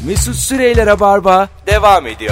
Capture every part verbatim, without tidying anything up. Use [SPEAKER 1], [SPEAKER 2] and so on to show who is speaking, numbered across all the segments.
[SPEAKER 1] Mesut Süreyler'e barba devam ediyor.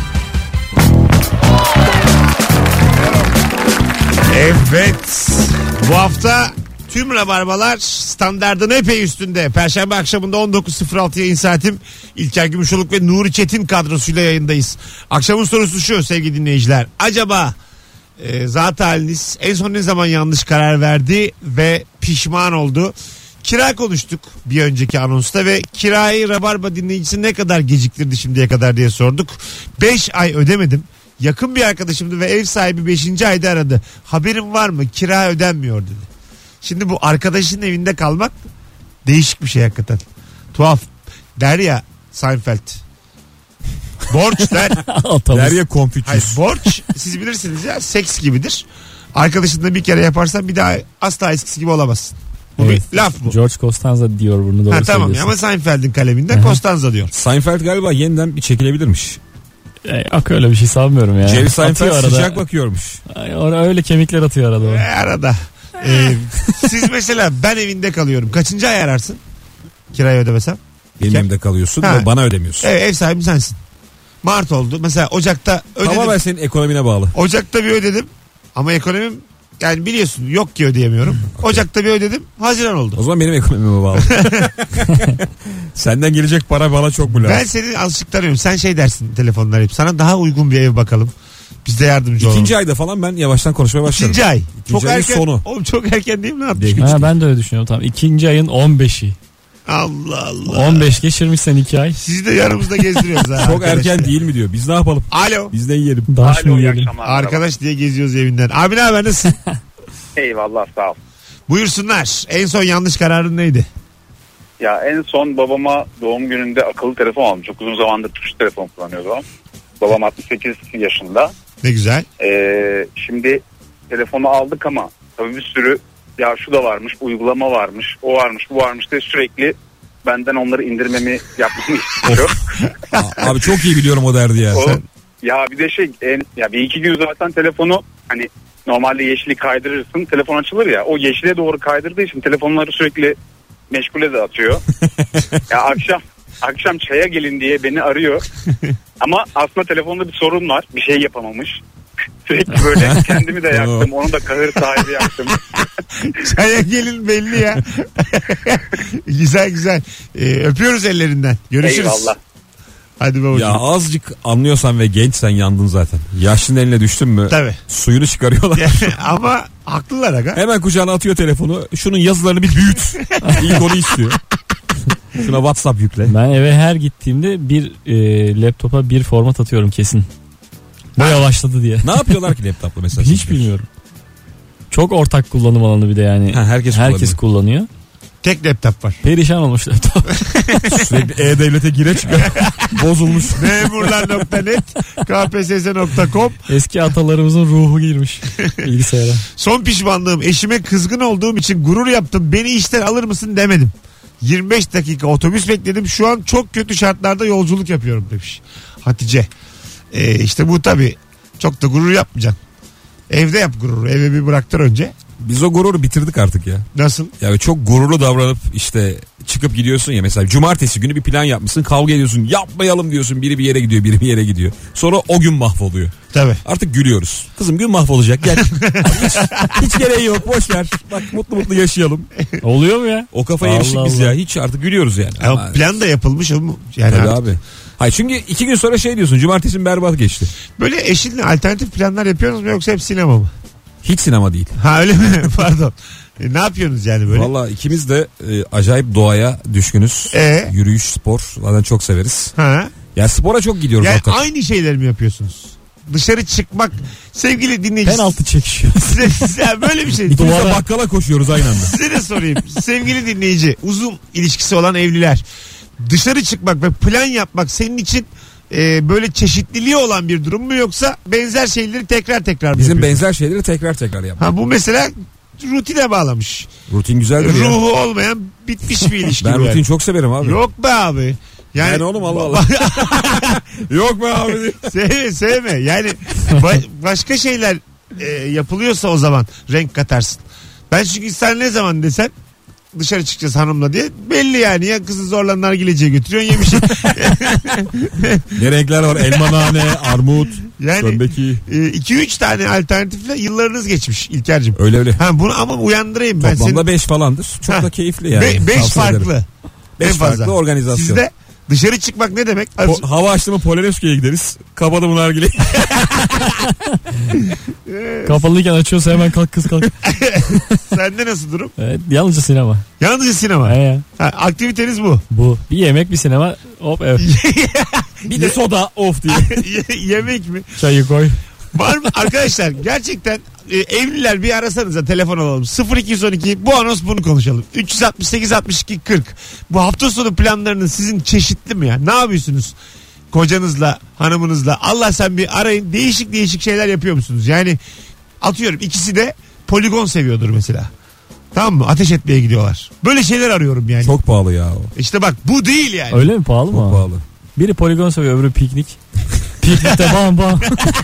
[SPEAKER 2] Evet. Bu hafta tüm rabarbalar standardın epey üstünde. Perşembe akşamında on dokuz sıfır altı yayın saatim. İlker Gümüşoluk ve Nuri Çetin kadrosuyla yayındayız. Akşamın sorusu şu sevgili dinleyiciler. Acaba e, zat haliniz en son ne zaman yanlış karar verdi ve pişman oldu? Kira konuştuk bir önceki anonsta ve kirayı rabarba dinleyicisi ne kadar geciktirdi şimdiye kadar diye sorduk. beş ay ödemedim. Yakın bir arkadaşımdı ve ev sahibi beşinci ayda aradı. Haberin var mı? Kira ödenmiyor dedi. Şimdi bu arkadaşın evinde kalmak değişik bir şey hakikaten. Tuhaf. Der ya Seinfeld. Borç der.
[SPEAKER 3] Der ya Konfüçyüs.
[SPEAKER 2] Hayır, borç siz bilirsiniz ya seks gibidir. Arkadaşınla bir kere yaparsan bir daha asla eskisi gibi olamazsın. Bu
[SPEAKER 3] Evet.
[SPEAKER 2] bir laf bu.
[SPEAKER 3] George Costanza diyor bunu, doğru
[SPEAKER 2] ha, tamam
[SPEAKER 3] söylüyorsun.
[SPEAKER 2] ama Seinfeld'in kaleminden Costanza diyor.
[SPEAKER 4] Seinfeld galiba yeniden bir çekilebilirmiş.
[SPEAKER 3] E, yok öyle bir şey sanmıyorum ya.
[SPEAKER 4] Jerry Seinfeld
[SPEAKER 3] Atıyor arada.
[SPEAKER 4] sıcak bakıyormuş.
[SPEAKER 3] Ay, or- öyle kemikler atıyor arada.
[SPEAKER 2] E, arada. Ee, siz mesela ben evinde kalıyorum. Kaçıncı ay ararsın? Kirayı ödemesem.
[SPEAKER 4] Benim
[SPEAKER 2] Kem-
[SPEAKER 4] evimde kalıyorsun
[SPEAKER 2] Ha.
[SPEAKER 4] ve bana ödemiyorsun.
[SPEAKER 2] Evet, ev sahibim sensin. Mart oldu. Mesela Ocak'ta ödedim.
[SPEAKER 4] Tamamen senin ekonomine bağlı.
[SPEAKER 2] Ocak'ta bir ödedim. Ama ekonomim yani biliyorsun yok ki ödeyemiyorum. Okay. Ocak'ta bir ödedim. Haziran oldu.
[SPEAKER 4] O zaman benim ekonomime bağlı. Senden gelecek para bana çok mu lazım?
[SPEAKER 2] Ben seni azıcık tanıyorum. Sen şey dersin telefonlar hep. Sana daha uygun bir ev bakalım. Biz de yardımcı olalım.
[SPEAKER 4] İkinci ayda falan ben yavaştan konuşmaya başlarım.
[SPEAKER 2] İkinci ay.
[SPEAKER 4] İkinci
[SPEAKER 2] çok
[SPEAKER 4] ayın
[SPEAKER 2] erken.
[SPEAKER 4] sonu.
[SPEAKER 2] Oğlum çok erken değil mi? Ne yapmış?
[SPEAKER 3] Ha, ben de öyle düşünüyorum. Tamam. İkinci ayın on beşi.
[SPEAKER 2] Allah Allah.
[SPEAKER 3] on beş geçirmiş sen iki ay.
[SPEAKER 2] Sizi de yanımızda gezdiriyoruz ha.
[SPEAKER 4] Çok erken değil mi diyor. Biz ne yapalım?
[SPEAKER 2] Alo.
[SPEAKER 4] Biz de yiyelim.
[SPEAKER 3] Daş mı
[SPEAKER 5] Alo, iyi
[SPEAKER 3] yiyelim?
[SPEAKER 5] akşamlar.
[SPEAKER 2] Arkadaş diye geziyoruz evinden. Abi ne haber, nasılsın?
[SPEAKER 5] Eyvallah, sağ ol.
[SPEAKER 2] Buyursunlar. En son yanlış kararın neydi?
[SPEAKER 5] Ya en son babama doğum gününde akıllı telefon aldım. Çok uzun zamandır tuşlu telefon kullanıyordu o. Babam altmış sekiz yaşında.
[SPEAKER 2] Ne güzel.
[SPEAKER 5] Ee, şimdi telefonu aldık ama tabii bir sürü ya şu da varmış, uygulama varmış, o varmış, bu varmış diye sürekli benden onları indirmemi yapmamı istiyor.
[SPEAKER 4] Abi çok iyi biliyorum o derdi ya.
[SPEAKER 5] O,
[SPEAKER 4] Sen...
[SPEAKER 5] ya bir de şey en, ya bir iki gün zaten telefonu hani normalde yeşili kaydırırsın, telefon açılır ya, o yeşile doğru kaydırdığı için telefonları sürekli meşgule de atıyor. Ya akşam akşam çaya gelin diye beni arıyor. Ama aslında telefonda bir sorun var. Bir şey yapamamış. Sürekli böyle kendimi de yaktım. Onu da kahır sahibi yaktım.
[SPEAKER 2] Çaya gelin belli ya. Güzel güzel. Ee, öpüyoruz ellerinden. Görüşürüz.
[SPEAKER 5] Eyvallah.
[SPEAKER 2] Hadi babacığım.
[SPEAKER 4] Ya azıcık anlıyorsan ve gençsen yandın zaten. Yaşlının eline düştün mü?
[SPEAKER 2] Tabii.
[SPEAKER 4] Suyunu çıkarıyorlar.
[SPEAKER 2] Ama haklılar aga.
[SPEAKER 4] Hemen kucağına atıyor telefonu. Şunun yazılarını bir büyüt. İlk onu istiyor. Şuna WhatsApp yükle.
[SPEAKER 3] Ben eve her gittiğimde bir e, laptopa bir format atıyorum kesin. Bu yavaşladı diye.
[SPEAKER 4] Ne yapıyorlar ki laptopla mesela?
[SPEAKER 3] Hiç bilmiyorum. Çok ortak kullanım alanı bir de yani.
[SPEAKER 4] Ha, herkes,
[SPEAKER 3] herkes kullanıyor.
[SPEAKER 2] Tek laptop var.
[SPEAKER 3] Perişan olmuş laptop.
[SPEAKER 4] Sürekli E-Devlet'e gire çıkıyor. Bozulmuş.
[SPEAKER 2] memurlar nokta net k p s s nokta com.
[SPEAKER 3] Eski atalarımızın ruhu girmiş bilgisayara.
[SPEAKER 2] Son pişmanlığım, eşime kızgın olduğum için gurur yaptım. Beni işten alır mısın demedim. yirmi beş dakika otobüs bekledim. Şu an çok kötü şartlarda yolculuk yapıyorum demiş Hatice. Ee, işte bu tabii çok da gurur yapmayacaksın. Evde yap gururu. Eve bir bıraktır önce.
[SPEAKER 4] Biz o gururu bitirdik artık ya.
[SPEAKER 2] Nasıl?
[SPEAKER 4] Yani çok gururlu davranıp işte çıkıp gidiyorsun ya, mesela cumartesi günü bir plan yapmışsın, kavga ediyorsun, yapmayalım diyorsun, biri bir yere gidiyor, biri bir yere gidiyor. Sonra o gün mahvoluyor.
[SPEAKER 2] Tabii.
[SPEAKER 4] Artık gülüyoruz. Kızım gün mahvolacak, gel. hiç, hiç gereği yok, boş ver. Bak mutlu mutlu yaşayalım.
[SPEAKER 3] Oluyor mu ya?
[SPEAKER 4] O kafaya
[SPEAKER 3] Allah
[SPEAKER 4] eriştik biz
[SPEAKER 3] Allah.
[SPEAKER 4] ya. Hiç artık gülüyoruz yani.
[SPEAKER 2] Ama
[SPEAKER 4] Ama
[SPEAKER 2] plan da yapılmış ama yani
[SPEAKER 4] tabii
[SPEAKER 2] artık.
[SPEAKER 4] abi. Hayır çünkü iki gün sonra şey diyorsun, cumartesin berbat geçti.
[SPEAKER 2] Böyle eşinle alternatif planlar yapıyorsunuz mu yoksa hep sinema mı?
[SPEAKER 4] Hiç sinema değil.
[SPEAKER 2] Ha öyle mi? Pardon. E, ne yapıyorsunuz yani böyle?
[SPEAKER 4] Valla ikimiz de e, acayip doğaya düşkünüz.
[SPEAKER 2] Ee?
[SPEAKER 4] Yürüyüş, spor zaten çok severiz.
[SPEAKER 2] Ha?
[SPEAKER 4] Ya spora çok gidiyoruz
[SPEAKER 2] Yani
[SPEAKER 4] hakikaten.
[SPEAKER 2] aynı şeyleri mi yapıyorsunuz? Dışarı çıkmak, sevgili dinleyici.
[SPEAKER 3] Penaltı çekişiyor.
[SPEAKER 2] Size, size böyle bir şey.
[SPEAKER 4] İkimiz de
[SPEAKER 3] Duvara-
[SPEAKER 4] bakkala koşuyoruz aynı anda.
[SPEAKER 2] Size de sorayım. Sevgili dinleyici, uzun ilişkisi olan evliler. Dışarı çıkmak ve plan yapmak senin için e, böyle çeşitliliği olan bir durum mu, yoksa benzer şeyleri tekrar tekrar mı
[SPEAKER 4] Bizim
[SPEAKER 2] yapıyorsun?
[SPEAKER 4] benzer şeyleri tekrar tekrar yapmak.
[SPEAKER 2] Ha, bu mesela rutine bağlamış.
[SPEAKER 4] Rutin güzeldir ya.
[SPEAKER 2] Ruhu olmayan bitmiş bir ilişki.
[SPEAKER 4] Ben
[SPEAKER 2] bu
[SPEAKER 4] rutin
[SPEAKER 2] yani.
[SPEAKER 4] çok severim abi.
[SPEAKER 2] Yok be abi. Yani,
[SPEAKER 4] Yani oğlum Allah Allah. Yok be abi.
[SPEAKER 2] sevme sevme. Yani ba- başka şeyler e, yapılıyorsa o zaman renk katarsın. Ben çünkü sen ne zaman desen dışarı çıkacağız hanımla diye. Belli yani ya kızı zorla nargileciye götürüyorsun yemişsin.
[SPEAKER 4] Ne renkler var? Elma, nane, armut,
[SPEAKER 2] Yani
[SPEAKER 4] söndeki.
[SPEAKER 2] iki üç tane alternatifle yıllarınız geçmiş İlker'cim.
[SPEAKER 4] Öyle öyle.
[SPEAKER 2] Ha, bunu ama uyandırayım ben
[SPEAKER 4] Toplamda
[SPEAKER 2] seni.
[SPEAKER 4] beş falandır. Çok
[SPEAKER 2] Ha.
[SPEAKER 4] da keyifli yani.
[SPEAKER 2] Be- beş
[SPEAKER 4] Tavsiye ederim.
[SPEAKER 2] farklı.
[SPEAKER 4] Beş
[SPEAKER 2] En fazla.
[SPEAKER 4] farklı organizasyon.
[SPEAKER 2] Sizde dışarı çıkmak ne demek?
[SPEAKER 4] Po- hava açtı mı Polonezköy'e gideriz. Kapadı mı nargile?
[SPEAKER 3] Kapalıyken açıyorsa hemen kalk kız kalk.
[SPEAKER 2] Sende nasıl durum?
[SPEAKER 3] Evet, yalnızca sinema.
[SPEAKER 2] Yalnızca sinema.
[SPEAKER 3] He ya.
[SPEAKER 2] Ha, aktiviteniz bu.
[SPEAKER 3] Bu. Bir yemek bir sinema hop evet.
[SPEAKER 4] Bir de soda of diye.
[SPEAKER 2] Ye- yemek mi?
[SPEAKER 3] Çayı koy.
[SPEAKER 2] Var mı? Arkadaşlar gerçekten e, evliler bir arasanıza telefon alalım. sıfır iki on iki bu anons bunu konuşalım. üç altı sekiz altmış iki kırk. Bu hafta sonu planlarınız sizin çeşitli mi ya? Ne yapıyorsunuz? Kocanızla, hanımınızla. Allah sen bir arayın. Değişik değişik şeyler yapıyor musunuz? Yani atıyorum ikisi de poligon seviyordur mesela. Tamam mı? Ateş etmeye gidiyorlar. Böyle şeyler arıyorum yani.
[SPEAKER 4] Çok pahalı ya o.
[SPEAKER 2] İşte bak bu değil yani.
[SPEAKER 3] Öyle mi, pahalı mı?
[SPEAKER 4] Çok pahalı.
[SPEAKER 3] Biri poligon seviyor, öbürü piknik. Piknikte bam bam.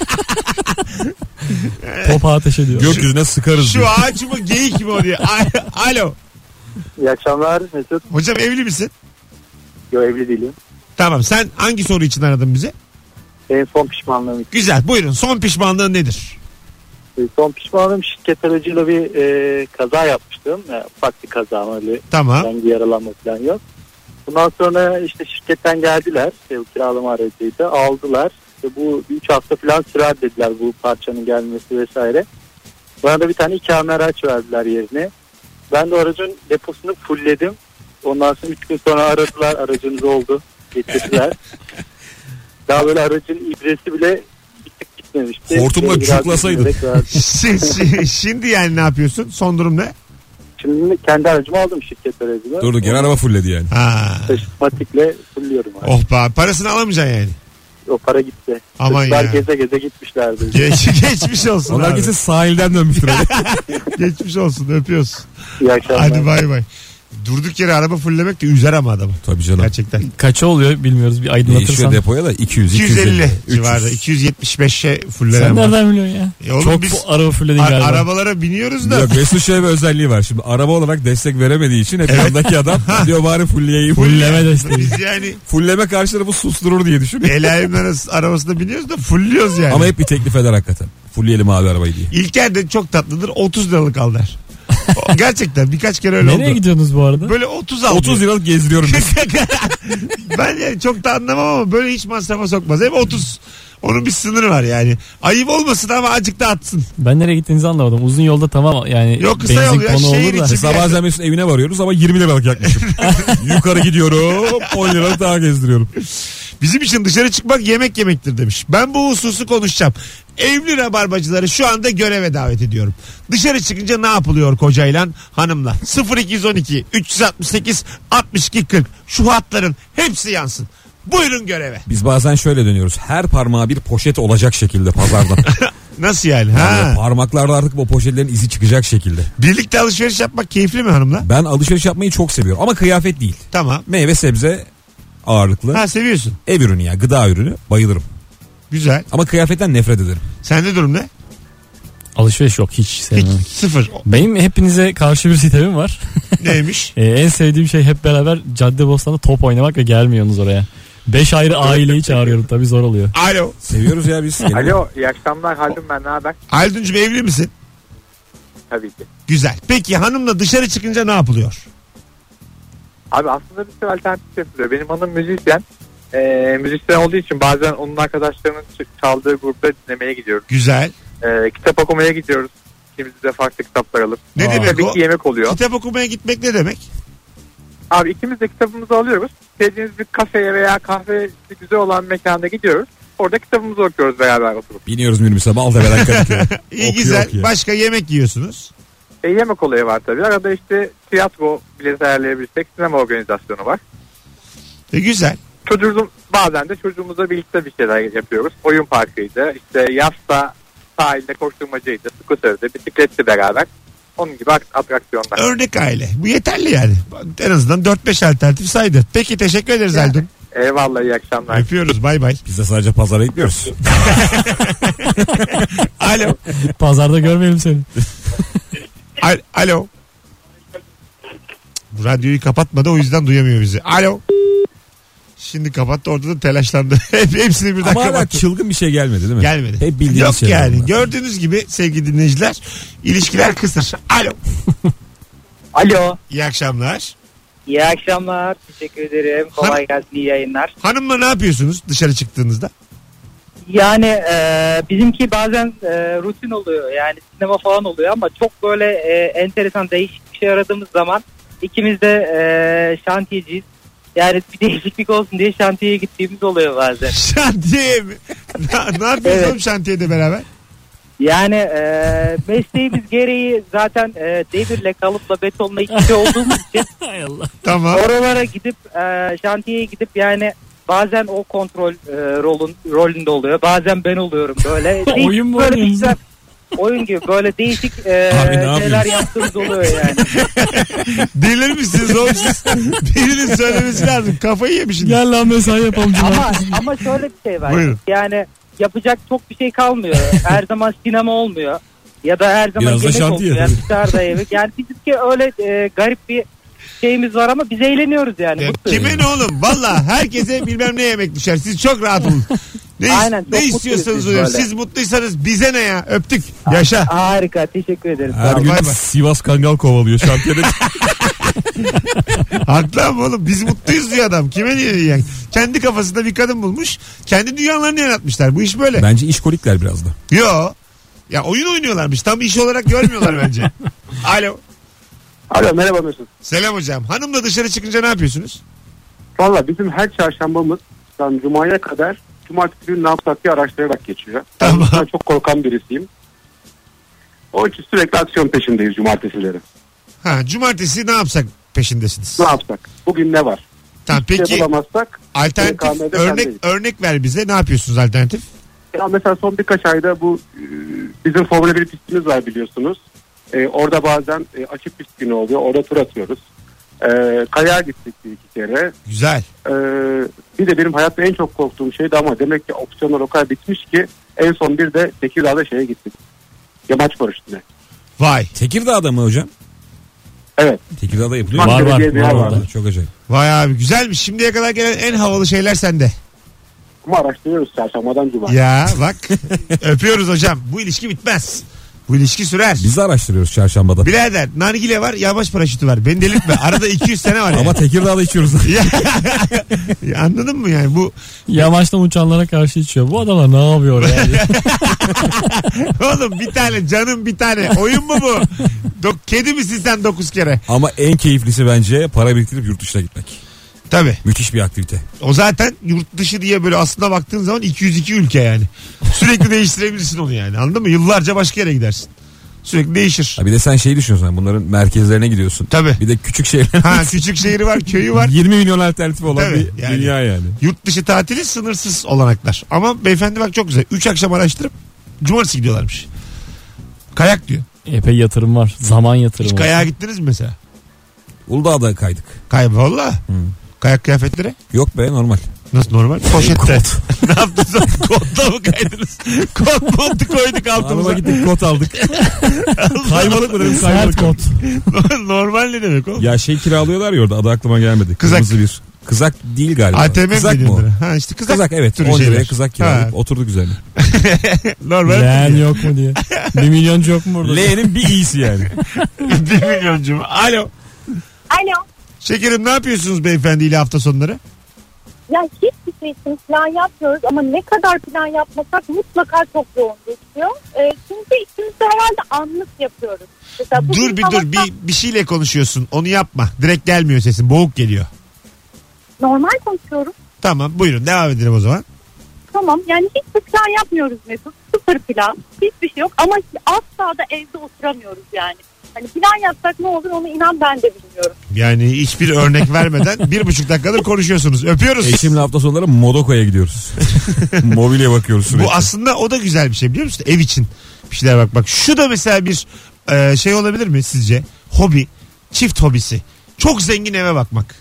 [SPEAKER 3] Topa ateş ediyor.
[SPEAKER 4] Gökyüzüne sıkarız
[SPEAKER 2] Şu
[SPEAKER 4] diyor.
[SPEAKER 2] ağaç mı geyik mi o diye. A- Alo.
[SPEAKER 6] İyi akşamlar Mesut.
[SPEAKER 2] Hocam evli misin?
[SPEAKER 6] Yo, evli değilim.
[SPEAKER 2] Tamam, sen hangi soru için aradın bizi?
[SPEAKER 6] En son pişmanlığım.
[SPEAKER 2] Güzel, buyurun. Son pişmanlığın nedir?
[SPEAKER 6] En son pişmanlığım şirket aracıyla bir e, kaza yapmıştım. Yani ufak bir kaza ama öyle
[SPEAKER 2] Tamam.
[SPEAKER 6] herhangi yaralanma falan yok. Bundan sonra işte şirketten geldiler. İşte bu kiralama aracıydı. Aldılar. İşte bu üç hafta falan sürer dediler bu parçanın gelmesi vesaire. Bana da bir tane ikame araç verdiler yerine. Ben de aracın deposunu fullledim. Ondan sonra üç gün sonra aradılar. Aracınız oldu. Getirdiler. Daha böyle aracın ibresi bile bittik gitmemişti.
[SPEAKER 4] Hortumla
[SPEAKER 6] Biraz
[SPEAKER 4] cuklasaydın.
[SPEAKER 6] düşünerek verdim.
[SPEAKER 2] Şi- şi- Şimdi yani ne yapıyorsun? Son durum ne?
[SPEAKER 6] Şimdi kendi aracımı aldım, şirket aracımı.
[SPEAKER 4] Dur dur gene araba fulledi yani.
[SPEAKER 2] Ha.
[SPEAKER 6] Taşıtmatikle fulluyorum abi.
[SPEAKER 2] Oh be, parasını alamayacaksın yani.
[SPEAKER 6] O para gitti.
[SPEAKER 2] Aman
[SPEAKER 6] Çocuklar
[SPEAKER 2] ya.
[SPEAKER 6] geze geze gitmişlerdi.
[SPEAKER 2] Geç, geçmiş olsun
[SPEAKER 4] Onlar
[SPEAKER 2] abi.
[SPEAKER 4] kesin sahilden dönmüştür.
[SPEAKER 2] Geçmiş olsun, öpüyoruz.
[SPEAKER 6] İyi akşamlar.
[SPEAKER 2] Hadi bay bay. Durduk yere araba fullemek de üzer ama adamı.
[SPEAKER 4] Tabii canım.
[SPEAKER 2] Gerçekten.
[SPEAKER 3] Kaça oluyor bilmiyoruz, bir
[SPEAKER 4] Değişiyor
[SPEAKER 3] aydınlatırsan.
[SPEAKER 4] depoya da iki yüz,
[SPEAKER 2] iki yüz elli
[SPEAKER 4] üç yüz.
[SPEAKER 2] civarında. iki yüz yetmiş beşe
[SPEAKER 3] Sen
[SPEAKER 2] fullenen var.
[SPEAKER 3] nereden biliyorsun ya?
[SPEAKER 2] E oğlum
[SPEAKER 3] Çok
[SPEAKER 2] biz
[SPEAKER 3] bu araba fulledin
[SPEAKER 2] a-
[SPEAKER 3] galiba.
[SPEAKER 2] arabalara biniyoruz da.
[SPEAKER 4] Yok, Mesut şöyle bir özelliği var. Şimdi araba olarak destek veremediği için hep yanındaki adam diyor bari fullleyeyim.
[SPEAKER 3] Fulleme desteği.
[SPEAKER 2] Biz yani
[SPEAKER 4] Fulleme karşıları bu susturur diye düşünüyor.
[SPEAKER 2] el alemin arabasında biniyoruz da fulluyoruz yani.
[SPEAKER 4] Ama hep bir teklif eder hakikaten. Fullleyelim abi arabayı diye.
[SPEAKER 2] İlker de çok tatlıdır. otuz liralık al der. O- Gerçekten birkaç kere öyle
[SPEAKER 3] Nereye
[SPEAKER 2] oldu.
[SPEAKER 3] gidiyorsunuz bu arada?
[SPEAKER 2] Böyle otuz al.
[SPEAKER 4] otuz
[SPEAKER 2] diyor.
[SPEAKER 4] liralık gezdiriyorum.
[SPEAKER 2] Ben yani çok da anlamam ama böyle hiç masrafa sokmaz. Hep otuz. Onun bir sınırı var yani. Ayıp olmasın ama azıcık da atsın.
[SPEAKER 3] Ben nereye gittiğinizi anlamadım. Uzun yolda tamam yani
[SPEAKER 2] Yok, kısa
[SPEAKER 3] benzin
[SPEAKER 2] yol ya,
[SPEAKER 3] konu
[SPEAKER 2] şehir
[SPEAKER 3] olur da.
[SPEAKER 2] içi.
[SPEAKER 4] Mesela bazen Mesut'un evine varıyoruz ama yirmi liralık yaklaşım. Yukarı gidiyorum on liralık daha gezdiriyorum.
[SPEAKER 2] Bizim için dışarı çıkmak yemek yemektir demiş. Ben bu hususu konuşacağım. Evli rabarbacıları şu anda göreve davet ediyorum. Dışarı çıkınca ne yapılıyor kocayla hanımla? sıfır iki on iki üç altı sekiz altmış iki kırk şu hatların hepsi yansın. Buyurun göreve.
[SPEAKER 4] Biz bazen şöyle dönüyoruz. Her parmağa bir poşet olacak şekilde pazardan.
[SPEAKER 2] Nasıl yani?
[SPEAKER 4] Yani
[SPEAKER 2] Ha.
[SPEAKER 4] parmaklarda artık bu poşetlerin izi çıkacak şekilde.
[SPEAKER 2] Birlikte alışveriş yapmak keyifli mi hanımla?
[SPEAKER 4] Ben alışveriş yapmayı çok seviyorum ama kıyafet değil.
[SPEAKER 2] Tamam.
[SPEAKER 4] Meyve sebze ağırlıklı.
[SPEAKER 2] Ha, seviyorsun.
[SPEAKER 4] Ev ürünü ya, gıda ürünü bayılırım.
[SPEAKER 2] Güzel.
[SPEAKER 4] Ama kıyafetten nefret ederim.
[SPEAKER 2] Sende durum ne?
[SPEAKER 3] Alışveriş yok, hiç sevmem.
[SPEAKER 2] Hiç, sıfır.
[SPEAKER 3] Benim hepinize karşı bir sitemim var.
[SPEAKER 2] Neymiş?
[SPEAKER 3] Ee, en sevdiğim şey hep beraber Caddebostan'da top oynamak ve gelmiyorsunuz oraya. Beş ayrı aileyi çağırıyorum, tabii zor oluyor.
[SPEAKER 2] Alo.
[SPEAKER 4] Seviyoruz ya biz. Gelin.
[SPEAKER 7] Alo, iyi akşamlar. Haldun ben, ne haber?
[SPEAKER 2] Halduncuğum evli misin?
[SPEAKER 7] Tabii ki.
[SPEAKER 2] Güzel. Peki hanımla dışarı çıkınca ne yapılıyor?
[SPEAKER 7] Abi aslında bir sürü alternatif yapılıyor. Benim hanım müzisyen. Ee, müzisyen olduğu için bazen onun arkadaşlarının ç- çaldığı grupta dinlemeye gidiyoruz.
[SPEAKER 2] Güzel.
[SPEAKER 7] Ee, kitap okumaya gidiyoruz. İkimiz de farklı kitaplar alıp.
[SPEAKER 2] Ne
[SPEAKER 3] Aa.
[SPEAKER 2] demek
[SPEAKER 7] Tabii
[SPEAKER 2] o?
[SPEAKER 7] ki yemek oluyor.
[SPEAKER 2] Kitap okumaya gitmek ne demek?
[SPEAKER 7] Abi ikimiz de kitabımızı alıyoruz. Sevdiğimiz bir kafeye veya kahvesi güzel olan bir mekanda gidiyoruz. Orada kitabımızı okuyoruz beraber oturup.
[SPEAKER 4] Biniyoruz minibüse Maltepe'den Kadıköy'e.
[SPEAKER 2] İyi
[SPEAKER 4] Ok
[SPEAKER 2] güzel.
[SPEAKER 4] yok ya.
[SPEAKER 2] Başka yemek yiyorsunuz.
[SPEAKER 7] E, yemek olayı var tabii. Arada işte tiyatro bileti ayarlayabilirsek sinema organizasyonu var.
[SPEAKER 2] E güzel.
[SPEAKER 7] Çocuğum bazen de çocuğumuzla birlikte bir şeyler yapıyoruz. Oyun parkıydı, işte yasta sahilde koşturmacaydı, skuterdi, bisikletti beraber. Onun gibi atraksiyonlar.
[SPEAKER 2] Örnek aile. Bu yeterli yani. En azından dört beş alternatif saydı. Peki teşekkür ederiz
[SPEAKER 7] Yani.
[SPEAKER 2] Haldun.
[SPEAKER 7] Eyvallah, iyi akşamlar.
[SPEAKER 2] Öpüyoruz. Bay bay.
[SPEAKER 4] Biz de sadece pazara gitmiyoruz.
[SPEAKER 2] Alo.
[SPEAKER 3] Pazarda görmeyelim seni.
[SPEAKER 2] Al- Alo. Bu radyoyu kapatmadı, o yüzden duyamıyor bizi. Alo. Şimdi kapattı, orada da telaşlandı. Hep, hepsini birden
[SPEAKER 4] Ama hala
[SPEAKER 2] kapattı.
[SPEAKER 4] çılgın bir şey gelmedi değil mi?
[SPEAKER 2] Gelmedi.
[SPEAKER 4] Hep bildiğiniz
[SPEAKER 2] Yok
[SPEAKER 4] şeyler
[SPEAKER 2] yani.
[SPEAKER 4] bunlar.
[SPEAKER 2] Gördüğünüz gibi sevgili dinleyiciler, ilişkiler kısır. Alo.
[SPEAKER 6] Alo.
[SPEAKER 2] İyi akşamlar.
[SPEAKER 6] İyi akşamlar. Teşekkür ederim. Kolay gelsin. İyi yayınlar.
[SPEAKER 2] Hanımla ne yapıyorsunuz dışarı çıktığınızda?
[SPEAKER 6] Yani e, bizimki bazen e, rutin oluyor. Yani sinema falan oluyor ama çok böyle e, enteresan değişik bir şey aradığımız zaman ikimiz de e, şantiyeciyiz. Yani bir değişiklik olsun diye şantiyeye gittiğimiz oluyor bazen.
[SPEAKER 2] Şantiye mi? ne, ne yapıyorsunuz
[SPEAKER 6] Evet.
[SPEAKER 2] oğlum şantiyede beraber?
[SPEAKER 6] Yani e, mesleğimiz gereği zaten e, demirle, kalıpla, betonla iç içe olduğumuz için
[SPEAKER 3] Hay Allah.
[SPEAKER 2] Tamam.
[SPEAKER 6] oralara gidip e, şantiyeye gidip yani bazen o kontrol e, rolün rolünde oluyor. Bazen ben oluyorum böyle. Değişik
[SPEAKER 3] Oyun mu
[SPEAKER 6] böyle
[SPEAKER 3] oynuyorsunuz?
[SPEAKER 6] işler- oyun gibi böyle değişik e,
[SPEAKER 4] Abi ne
[SPEAKER 6] şeyler
[SPEAKER 4] yapıyorsun?
[SPEAKER 6] yaptığımız oluyor yani.
[SPEAKER 2] Delir misiniz oğlum siz? Birinin söylemesi lazım. Kafayı yemişsiniz.
[SPEAKER 3] Gel lan mesai yapalım.
[SPEAKER 6] ama
[SPEAKER 3] cumartesi.
[SPEAKER 6] ama şöyle bir şey var.
[SPEAKER 2] Buyurun.
[SPEAKER 6] Yani yapacak çok bir şey kalmıyor. Her zaman sinema olmuyor. Ya da her zaman
[SPEAKER 4] Biraz da
[SPEAKER 6] yemek
[SPEAKER 4] şantiye.
[SPEAKER 6] olmuyor. Yani dışarıda yemek. Yani bizimki öyle e, garip bir şeyimiz var ama biz eğleniyoruz yani.
[SPEAKER 2] Ya,
[SPEAKER 6] Mutluyuz.
[SPEAKER 2] kime ne oğlum? Valla herkese bilmem ne yemek düşer. Siz çok rahat olun. Ne,
[SPEAKER 6] Aynen, çok
[SPEAKER 2] ne
[SPEAKER 6] mutluyuz
[SPEAKER 2] istiyorsanız
[SPEAKER 6] biz
[SPEAKER 2] oluyor.
[SPEAKER 6] böyle.
[SPEAKER 2] Siz mutluysanız bize ne ya? Öptük. Yaşa.
[SPEAKER 6] Harika, teşekkür ederim.
[SPEAKER 4] Her gün
[SPEAKER 2] Bay bay.
[SPEAKER 4] Sivas Kangal kovalıyor şantiyede.
[SPEAKER 2] Haklı ama oğlum, biz mutluyuz diyor adam. Kime diyor yani? Kendi kafasında bir kadın bulmuş. Kendi dünyalarını yaratmışlar. Bu iş böyle.
[SPEAKER 4] Bence işkolikler biraz da.
[SPEAKER 2] Yo. Ya oyun oynuyorlarmış. Tam iş olarak görmüyorlar bence. Alo.
[SPEAKER 8] Alo, merhaba Mesut.
[SPEAKER 2] Selam hocam. Hanımla dışarı çıkınca ne yapıyorsunuz?
[SPEAKER 8] Valla bizim her çarşambamız tam Cuma'ya kadar Cumartesi günü ne yapsak diye araştırarak geçiyor.
[SPEAKER 2] Tamam.
[SPEAKER 8] Ben çok korkan birisiyim. O için sürekli aksiyon peşindeyiz cumartesileri.
[SPEAKER 2] Ha, cumartesi ne yapsak peşindesiniz.
[SPEAKER 8] Ne yapsak? Bugün ne var?
[SPEAKER 2] Tamam,
[SPEAKER 8] Bir şey
[SPEAKER 2] peki
[SPEAKER 8] bulamazsak
[SPEAKER 2] alternatif
[SPEAKER 8] K M D'de
[SPEAKER 2] örnek
[SPEAKER 8] sendeyiz.
[SPEAKER 2] örnek ver bize. Ne yapıyorsunuz alternatif?
[SPEAKER 8] ya mesela son birkaç ayda bu e, bizim Formula bir pistimiz var biliyorsunuz. E, orada bazen e, açık pist günü oluyor. Orada tur atıyoruz. E, kayağa gittik bir iki kere.
[SPEAKER 2] Güzel.
[SPEAKER 8] E, bir de benim hayatta en çok korktuğum şeydi ama demek ki opsiyonlar o kadar bitmiş ki en son bir de Tekirdağ'da şeye gittik. Yamaç paraşütüne.
[SPEAKER 2] Vay.
[SPEAKER 4] Tekirdağ'da mı hocam?
[SPEAKER 8] Evet.
[SPEAKER 4] Tekirdağ'da yapılıyor.
[SPEAKER 3] Var,
[SPEAKER 8] Var,
[SPEAKER 3] var,
[SPEAKER 8] var,
[SPEAKER 3] var
[SPEAKER 8] var.
[SPEAKER 3] orada.
[SPEAKER 4] Çok acayip.
[SPEAKER 2] Vay abi, güzelmiş. Şimdiye kadar gelen en havalı şeyler sende.
[SPEAKER 8] Ama araştırıyoruz çarşambadan cuma.
[SPEAKER 2] Ya bak. Öpüyoruz hocam. Bu ilişki bitmez. Bu ilişki sürer.
[SPEAKER 4] Biz de araştırıyoruz çarşambada.
[SPEAKER 2] Birader, nargile var, yamaç paraşütü var. Beni delirtme. Arada iki yüz sene var ya.
[SPEAKER 4] Ama Tekirdağ'da içiyoruz.
[SPEAKER 2] Ya, ya anladın mı yani bu?
[SPEAKER 3] Yamaçtan uçanlara karşı içiyor. Bu adamlar ne yapıyor yani?
[SPEAKER 2] Oğlum bir tane canım, bir tane. Oyun mu bu? Dok kedi misin sen dokuz kere?
[SPEAKER 4] Ama en keyiflisi bence para biriktirip yurt dışına gitmek.
[SPEAKER 2] Tabii.
[SPEAKER 4] Müthiş bir aktivite.
[SPEAKER 2] O zaten yurt dışı diye böyle aslında baktığın zaman iki yüz iki ülke yani. Sürekli değiştirebilirsin onu yani. Anladın mı? Yıllarca başka yere gidersin. Sürekli değişir.
[SPEAKER 4] Ha bir de sen şey düşünüyorsun. Bunların merkezlerine gidiyorsun.
[SPEAKER 2] Tabii.
[SPEAKER 4] Bir de küçük şeyler.
[SPEAKER 2] Ha, küçük şehri var, köyü var.
[SPEAKER 4] yirmi milyon alternatifi olan
[SPEAKER 2] Tabii,
[SPEAKER 4] bir
[SPEAKER 2] yani.
[SPEAKER 4] dünya yani.
[SPEAKER 2] Yurt dışı tatili sınırsız olanaklar. Ama beyefendi bak çok güzel. üç akşam araştırıp cumartesi gidiyorlarmış. Kayak diyor.
[SPEAKER 3] Epey yatırım var. Zaman yatırımı
[SPEAKER 2] Hiç
[SPEAKER 3] var.
[SPEAKER 2] kayağa gittiniz mi mesela?
[SPEAKER 4] Uludağ'da kaydık.
[SPEAKER 2] Kay valla. Kayak kıyafetleri?
[SPEAKER 4] Yok be normal.
[SPEAKER 2] Nasıl normal? Poşette. Ne yaptınız? Kotla mı kaydınız? Kot montu koyduk altımıza.
[SPEAKER 4] Hanıma gittik kot aldık. Kaymalık mı dedim
[SPEAKER 3] Sert
[SPEAKER 4] kaymalık.
[SPEAKER 3] kot.
[SPEAKER 2] Normal ne demek oğlum?
[SPEAKER 4] Ya şey kiralıyorlar ya orada adı aklıma gelmedi.
[SPEAKER 2] Kızak.
[SPEAKER 4] Kırmızı bir. Kızak değil galiba.
[SPEAKER 2] A T M
[SPEAKER 4] kızak
[SPEAKER 2] mi
[SPEAKER 4] mı o?
[SPEAKER 2] deniyor? Ha işte kızak.
[SPEAKER 4] Kızak evet.
[SPEAKER 2] türü
[SPEAKER 4] on liraya
[SPEAKER 2] şeyler.
[SPEAKER 4] kızak
[SPEAKER 2] Ha.
[SPEAKER 4] kiralayıp oturduk üzerine.
[SPEAKER 2] Normal.
[SPEAKER 3] Leğen yok mu diye. Bir milyoncu yok mu burada?
[SPEAKER 4] L'nin bir iyisi yani.
[SPEAKER 2] Bir milyoncu mu? Alo.
[SPEAKER 9] Alo.
[SPEAKER 2] Şekerim, ne yapıyorsunuz beyefendiyle hafta sonları?
[SPEAKER 9] Ya hiçbir şey için plan yapmıyoruz ama ne kadar plan yapmasak mutlaka çok yoğun geçiyor. Ee, çünkü ikimiz de herhalde anlık yapıyoruz. Mesela bugün
[SPEAKER 2] Dur bir dur
[SPEAKER 9] sabahtan
[SPEAKER 2] bir, bir şeyle konuşuyorsun. Onu yapma. Direkt gelmiyor sesin. Boğuk geliyor.
[SPEAKER 9] normal konuşuyorum.
[SPEAKER 2] Tamam, buyurun devam edelim o zaman.
[SPEAKER 9] Tamam, yani hiçbir plan yapmıyoruz Mesut. Sıfır plan. Hiçbir şey yok ama asla da evde oturamıyoruz yani. Hani plan yapsak ne olur onu inan ben de bilmiyorum.
[SPEAKER 2] Yani hiçbir örnek vermeden bir buçuk dakikadır konuşuyorsunuz. Öpüyoruz.
[SPEAKER 4] Eşimle hafta sonları Modoko'ya gidiyoruz. Mobilya bakıyoruz sürekli.
[SPEAKER 2] Bu aslında o da güzel bir şey biliyor musun? Ev için bir şeyler bak bak. Şu da mesela bir e, şey olabilir mi sizce? Hobi, çift hobisi. Çok zengin eve bakmak.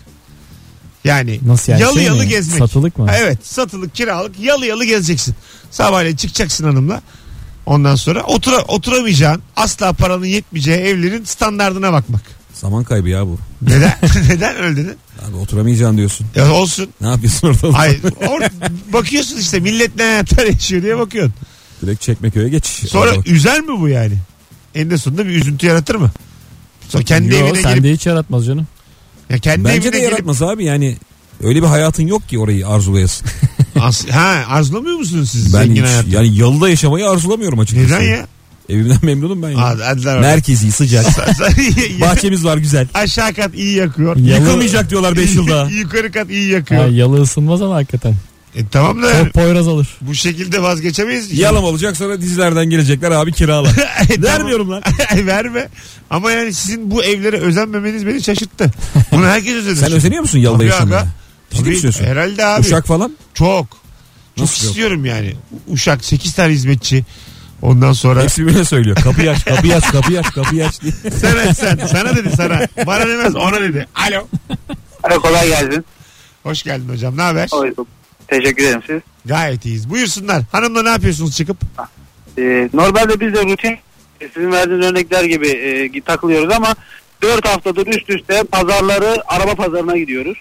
[SPEAKER 2] Yani
[SPEAKER 3] Nasıl yani?
[SPEAKER 2] yalı
[SPEAKER 3] Şey
[SPEAKER 2] yalı
[SPEAKER 3] mi?
[SPEAKER 2] gezmek.
[SPEAKER 3] Satılık mı?
[SPEAKER 2] Ha, evet, satılık, kiralık, yalı yalı gezeceksin. Sabahleyin çıkacaksın hanımla. Ondan sonra otura, oturamayacağın, asla paranın yetmeyeceği evlerin standardına bakmak.
[SPEAKER 4] Zaman kaybı ya bu.
[SPEAKER 2] Neden? Neden öyle dedin?
[SPEAKER 4] Abi oturamayacaksın diyorsun.
[SPEAKER 2] Ya olsun.
[SPEAKER 4] Ne yapıyorsun orada?
[SPEAKER 2] Hayır. Or- bakıyorsun işte millet ne hayatlar yaşıyor diye bakıyorsun.
[SPEAKER 4] Direkt Çekmeköy'e geç.
[SPEAKER 2] Sonra
[SPEAKER 4] Orada bak.
[SPEAKER 2] üzer mi bu yani? Eninde sonunda bir üzüntü yaratır mı? Sonra kendi
[SPEAKER 3] Yo,
[SPEAKER 2] evine
[SPEAKER 3] sende
[SPEAKER 2] gelip
[SPEAKER 3] hiç yaratmaz canım.
[SPEAKER 2] ya kendi
[SPEAKER 4] Bence
[SPEAKER 2] evine
[SPEAKER 4] de
[SPEAKER 2] gelip
[SPEAKER 4] yaratmaz abi yani. Öyle bir hayatın yok ki orayı arzulayasın.
[SPEAKER 2] As- ha arzulamıyor musunuz siz
[SPEAKER 4] Ben
[SPEAKER 2] zengin
[SPEAKER 4] hiç,
[SPEAKER 2] hayatı?
[SPEAKER 4] yani yalıda yaşamayı arzulamıyorum açıkçası.
[SPEAKER 2] Neden ya?
[SPEAKER 4] Evimden memnunum ben ya.
[SPEAKER 2] Hadi, hadi lan.
[SPEAKER 4] Merkezi, sıcak. Bahçemiz var güzel.
[SPEAKER 2] Aşağı kat iyi yakıyor.
[SPEAKER 3] Yalı-
[SPEAKER 4] Yıkılmayacak diyorlar beş yılda.
[SPEAKER 2] Yukarı kat iyi
[SPEAKER 3] Ha,
[SPEAKER 2] yakıyor.
[SPEAKER 3] yalı ısınmaz ama hakikaten.
[SPEAKER 2] E, tamam da yani
[SPEAKER 3] Çok Poyraz alır.
[SPEAKER 2] bu şekilde vazgeçemeyiz.
[SPEAKER 4] Yalan olacak sonra dizilerden gelecekler abi kirala.
[SPEAKER 2] E, tamam.
[SPEAKER 4] Vermiyorum lan.
[SPEAKER 2] Verme. Ama yani sizin bu evlere özenmemeniz beni şaşırttı. Bunu herkes özenir.
[SPEAKER 4] Sen özeniyor musun yalıda
[SPEAKER 2] Tabii
[SPEAKER 4] yaşamaya?
[SPEAKER 2] aga.
[SPEAKER 4] Ciddi
[SPEAKER 2] Tabii,
[SPEAKER 4] istiyorsun.
[SPEAKER 2] herhalde abi.
[SPEAKER 4] Uşak falan.
[SPEAKER 2] Çok. Çok
[SPEAKER 4] Nasıl yok?
[SPEAKER 2] istiyorum yani. Uşak sekiz tane hizmetçi. Ondan sonra
[SPEAKER 4] Hepsi birbirine söylüyor. Kapıyı aç, kapıyı aç, kapıyı aç, kapıyı aç diye.
[SPEAKER 2] sen aç sen. Sana dedi sana. Bana demez ona dedi. Alo.
[SPEAKER 6] Hadi kolay gelsin.
[SPEAKER 2] Hoş geldin hocam. Ne haber?
[SPEAKER 6] Teşekkür ederim siz.
[SPEAKER 2] Gayet iyiyiz. Buyursunlar. Hanımla ne yapıyorsunuz çıkıp?
[SPEAKER 6] Ee, normalde biz de rutin sizin verdiğiniz örnekler gibi e, takılıyoruz ama dört haftadır üst üste pazarları araba pazarına gidiyoruz.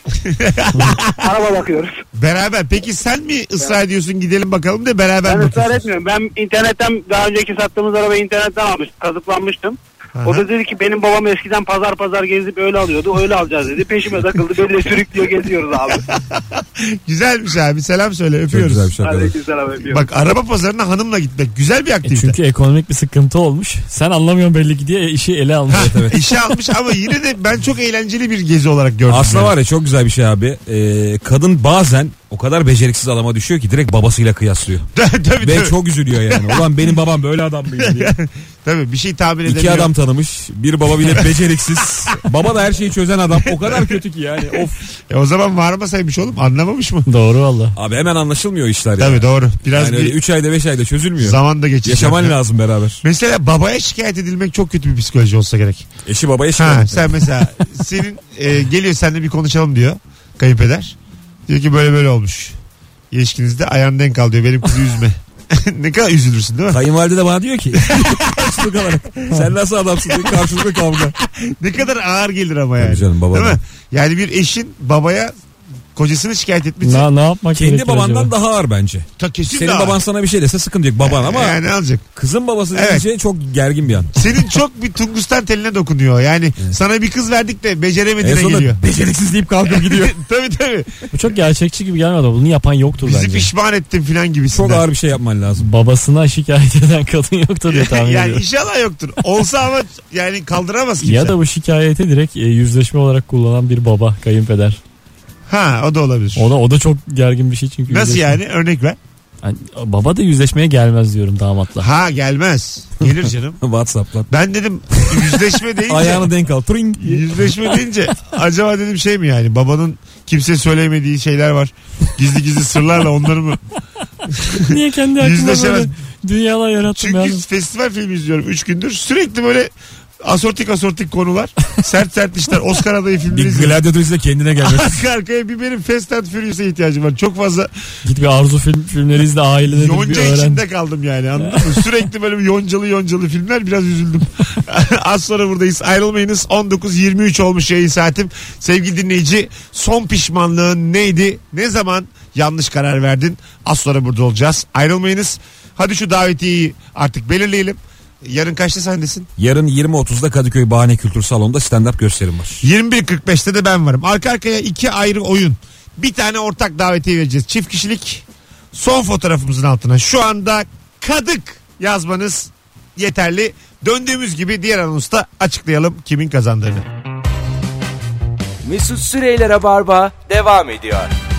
[SPEAKER 6] Araba bakıyoruz.
[SPEAKER 2] Beraber. Peki sen mi ısrar ediyorsun gidelim bakalım da beraber
[SPEAKER 6] Ben
[SPEAKER 2] mi
[SPEAKER 6] ısrar
[SPEAKER 2] bakıyorsunuz?
[SPEAKER 6] etmiyorum. Ben internetten daha önceki sattığımız arabayı internetten almıştım. Kazıklanmıştım.
[SPEAKER 2] Aha.
[SPEAKER 6] O da dedi ki benim babam eskiden pazar pazar gezip öyle alıyordu. Öyle alacağız dedi. Peşime takıldı. Böyle sürüklüyor geziyoruz abi.
[SPEAKER 2] Güzelmiş abi. Selam söyle.
[SPEAKER 4] Çok
[SPEAKER 2] Öpüyoruz.
[SPEAKER 4] güzel bir şey.
[SPEAKER 6] Hadi güzel abi öpüyorum.
[SPEAKER 2] Bak araba pazarına hanımla gitmek güzel bir
[SPEAKER 3] E
[SPEAKER 2] aktivite.
[SPEAKER 3] çünkü ekonomik bir sıkıntı olmuş. Sen anlamıyorsun belli ki diye işi ele almış.
[SPEAKER 2] Ha, işe almış ama yine de ben çok eğlenceli bir gezi olarak gördüm.
[SPEAKER 4] Aslında
[SPEAKER 2] yani.
[SPEAKER 4] var ya çok güzel bir şey abi. Ee, kadın bazen o kadar beceriksiz adama düşüyor ki direkt babasıyla kıyaslıyor.
[SPEAKER 2] tabii,
[SPEAKER 4] Ve
[SPEAKER 2] tabii.
[SPEAKER 4] çok üzülüyor yani. Ulan benim babam böyle adam mıydı diye.
[SPEAKER 2] Tabii bir şey tahmin edemiyor.
[SPEAKER 4] İki adam tanımış. Bir baba bile beceriksiz. Baba da her şeyi çözen adam. O kadar kötü ki yani. Of.
[SPEAKER 2] E o zaman varmasaymış oğlum, anlamamış mı?
[SPEAKER 3] Doğru valla.
[SPEAKER 4] Abi hemen anlaşılmıyor işler ya.
[SPEAKER 2] Tabii doğru. Biraz
[SPEAKER 4] Yani
[SPEAKER 2] bir
[SPEAKER 4] öyle üç ayda beş ayda çözülmüyor.
[SPEAKER 2] zaman da geçecek.
[SPEAKER 4] Yaşaman lazım beraber.
[SPEAKER 2] Mesela babaya şikayet edilmek çok kötü bir psikoloji olsa gerek.
[SPEAKER 4] Eşi babaya
[SPEAKER 2] Ha,
[SPEAKER 4] şikayet.
[SPEAKER 2] sen mesela senin e, geliyor seninle bir konuşalım diyor kayınpeder. Diyor ki böyle böyle olmuş. İlişkinizde ayağın denk al diyor, benim kızı üzme. Ne kadar üzülürsün değil mi?
[SPEAKER 4] Kayınvalide de bana diyor ki karşılık olarak sen nasıl adamsın diye karşılıklı kavga.
[SPEAKER 2] Ne kadar ağır gelir ama yani.
[SPEAKER 4] Tabii canım, babadan.
[SPEAKER 2] Değil mi? Yani bir eşin babaya kocasını şikayet etmesi
[SPEAKER 3] Ne, ne yapmak
[SPEAKER 4] Kendi
[SPEAKER 3] gerekir
[SPEAKER 2] şey
[SPEAKER 4] babandan
[SPEAKER 3] acaba?
[SPEAKER 4] daha ağır bence.
[SPEAKER 2] ta kesin
[SPEAKER 4] Senin
[SPEAKER 2] daha
[SPEAKER 4] baban
[SPEAKER 2] ağır.
[SPEAKER 4] sana bir şey dese sıkıntı yok baban ama
[SPEAKER 2] Yani ne alacak?
[SPEAKER 4] kızın babası
[SPEAKER 2] Evet.
[SPEAKER 4] deyince çok gergin bir an.
[SPEAKER 2] Senin çok bir tungustan teline dokunuyor. Yani sana bir kız verdik de
[SPEAKER 4] En
[SPEAKER 2] beceremediğine
[SPEAKER 4] sonunda
[SPEAKER 2] geliyor.
[SPEAKER 4] beceriksiz deyip kalkıp gidiyor.
[SPEAKER 2] tabii tabii.
[SPEAKER 3] Bu çok gerçekçi gibi gelmedi ama bunu yapan yoktur
[SPEAKER 2] Bizi
[SPEAKER 3] bence.
[SPEAKER 2] pişman ettin filan gibisinden.
[SPEAKER 4] Çok ağır bir şey yapman lazım.
[SPEAKER 3] Babasına şikayet eden kadın yoktur diye tahmin
[SPEAKER 2] yani
[SPEAKER 3] ediyorum.
[SPEAKER 2] inşallah yoktur. Olsa ama yani kaldıramaz kimse.
[SPEAKER 3] Ya da bu şikayeti direkt e, yüzleşme olarak kullanan bir baba, kayınpeder.
[SPEAKER 2] Ha o da olabilir.
[SPEAKER 3] O da o da çok gergin bir şey çünkü.
[SPEAKER 2] Nasıl
[SPEAKER 3] yüzleşme.
[SPEAKER 2] yani? Örnek ver.
[SPEAKER 3] Yani baba da yüzleşmeye gelmez diyorum damatla.
[SPEAKER 2] Ha gelmez. Gelir canım.
[SPEAKER 4] WhatsApp'tan.
[SPEAKER 2] Ben dedim yüzleşme deyince.
[SPEAKER 4] Ayağını denk al. Tring.
[SPEAKER 2] Yüzleşme deyince acaba dedim şey mi yani, babanın kimse söylemediği şeyler var. Gizli gizli sırlarla onları mı?
[SPEAKER 3] Niye kendi aklımda
[SPEAKER 2] Yüzleşemez.
[SPEAKER 3] böyle dünyalar yarattım
[SPEAKER 2] Çünkü
[SPEAKER 3] ya?
[SPEAKER 2] festival filmi izliyorum üç gündür. Sürekli böyle asortik asortik konular. Sert sert işler. Oscar adayı filmleri
[SPEAKER 4] Bir
[SPEAKER 2] izliyorum.
[SPEAKER 4] gladyatör izle kendine gelmez.
[SPEAKER 2] Arka arkaya bir benim Fast and Furious'a ihtiyacım var. Çok fazla
[SPEAKER 3] Git bir Arzu film, filmleri izle, aileleri bir
[SPEAKER 2] yonca
[SPEAKER 3] öğren.
[SPEAKER 2] içinde kaldım yani, anladın mı? Sürekli böyle yoncalı yoncalı filmler, biraz üzüldüm. Az sonra buradayız. Ayrılmayınız. on dokuz yirmi üç olmuş yayın saatim. Sevgili dinleyici, son pişmanlığın neydi? Ne zaman yanlış karar verdin? Az sonra burada olacağız. Ayrılmayınız. Hadi şu davetiyeyi artık belirleyelim. Yarın kaçta sendesin?
[SPEAKER 4] Yarın yirmi otuzda Kadıköy Bahane Kültür Salonu'nda stand-up gösterim var.
[SPEAKER 2] yirmi bir kırk beşte de ben varım. Arka arkaya iki ayrı oyun. Bir tane ortak davetiye vereceğiz. Çift kişilik. Son fotoğrafımızın altına şu anda Kadık yazmanız yeterli. Döndüğümüz gibi diğer anonsta açıklayalım kimin kazandığını.
[SPEAKER 1] Mesut Süreyler'e barba devam ediyor.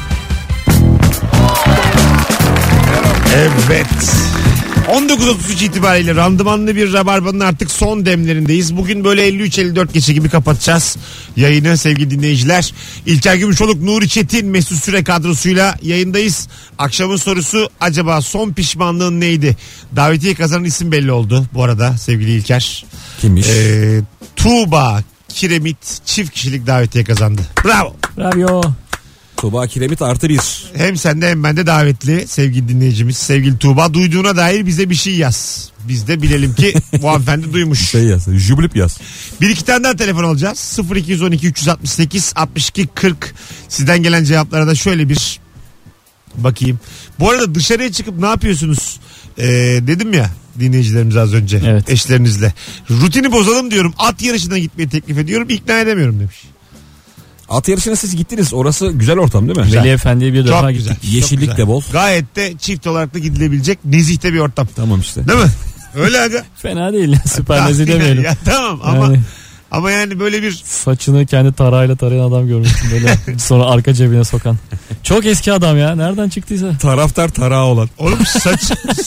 [SPEAKER 2] Evet. on dokuz otuz üç itibariyle randımanlı bir Rabarba'nın artık son demlerindeyiz. Bugün böyle elli üç elli dört geçe gibi kapatacağız yayını sevgili dinleyiciler. İlker Gümüşoluk, Nuri Çetin, Mesut Süre kadrosuyla yayındayız. Akşamın sorusu, acaba son pişmanlığın neydi? Davetiye kazanan isim belli oldu bu arada sevgili İlker.
[SPEAKER 4] Kimmiş?
[SPEAKER 2] Ee, Tuğba Kiremit çift kişilik davetiye kazandı. Bravo.
[SPEAKER 3] Bravo.
[SPEAKER 4] Tuğba Kiremit artı bir.
[SPEAKER 2] Hem sende hem bende davetli sevgili dinleyicimiz. Sevgili Tuğba, duyduğuna dair bize bir şey yaz. Biz de bilelim ki bu hanımefendi duymuş.
[SPEAKER 4] Şey yaz. Jubilip yaz.
[SPEAKER 2] Bir iki tane daha telefon alacağız. sıfır iki on iki üç altı sekiz altmış iki kırk. Sizden gelen cevaplara da şöyle bir bakayım. Bu arada dışarıya çıkıp ne yapıyorsunuz? Ee, dedim ya dinleyicilerimiz az önce.
[SPEAKER 3] Evet.
[SPEAKER 2] Eşlerinizle. Rutini bozalım diyorum. At yarışına gitmeyi teklif ediyorum. İkna edemiyorum demiş.
[SPEAKER 4] At yarışına siz gittiniz. Orası güzel ortam değil mi?
[SPEAKER 3] Veli Efendi'ye bir
[SPEAKER 2] Çok
[SPEAKER 3] defa
[SPEAKER 2] güzel.
[SPEAKER 3] gittik.
[SPEAKER 4] Yeşillik
[SPEAKER 2] Çok
[SPEAKER 4] de bol.
[SPEAKER 2] Gayet de çift olarak da gidilebilecek nezihte bir ortam.
[SPEAKER 4] Tamam işte.
[SPEAKER 2] Değil mi? Öyle aga.
[SPEAKER 3] Fena değil. Süper
[SPEAKER 2] Ah,
[SPEAKER 3] nezi
[SPEAKER 2] yine
[SPEAKER 3] demeyelim.
[SPEAKER 2] Ya, tamam ama
[SPEAKER 3] Yani
[SPEAKER 2] ama yani böyle bir
[SPEAKER 3] saçını kendi tarağıyla tarayan adam görmüştüm böyle. Sonra arka cebine sokan. Çok eski adam ya. Nereden çıktıysa.
[SPEAKER 4] Taraftar tarağı olan.
[SPEAKER 2] oğlum saç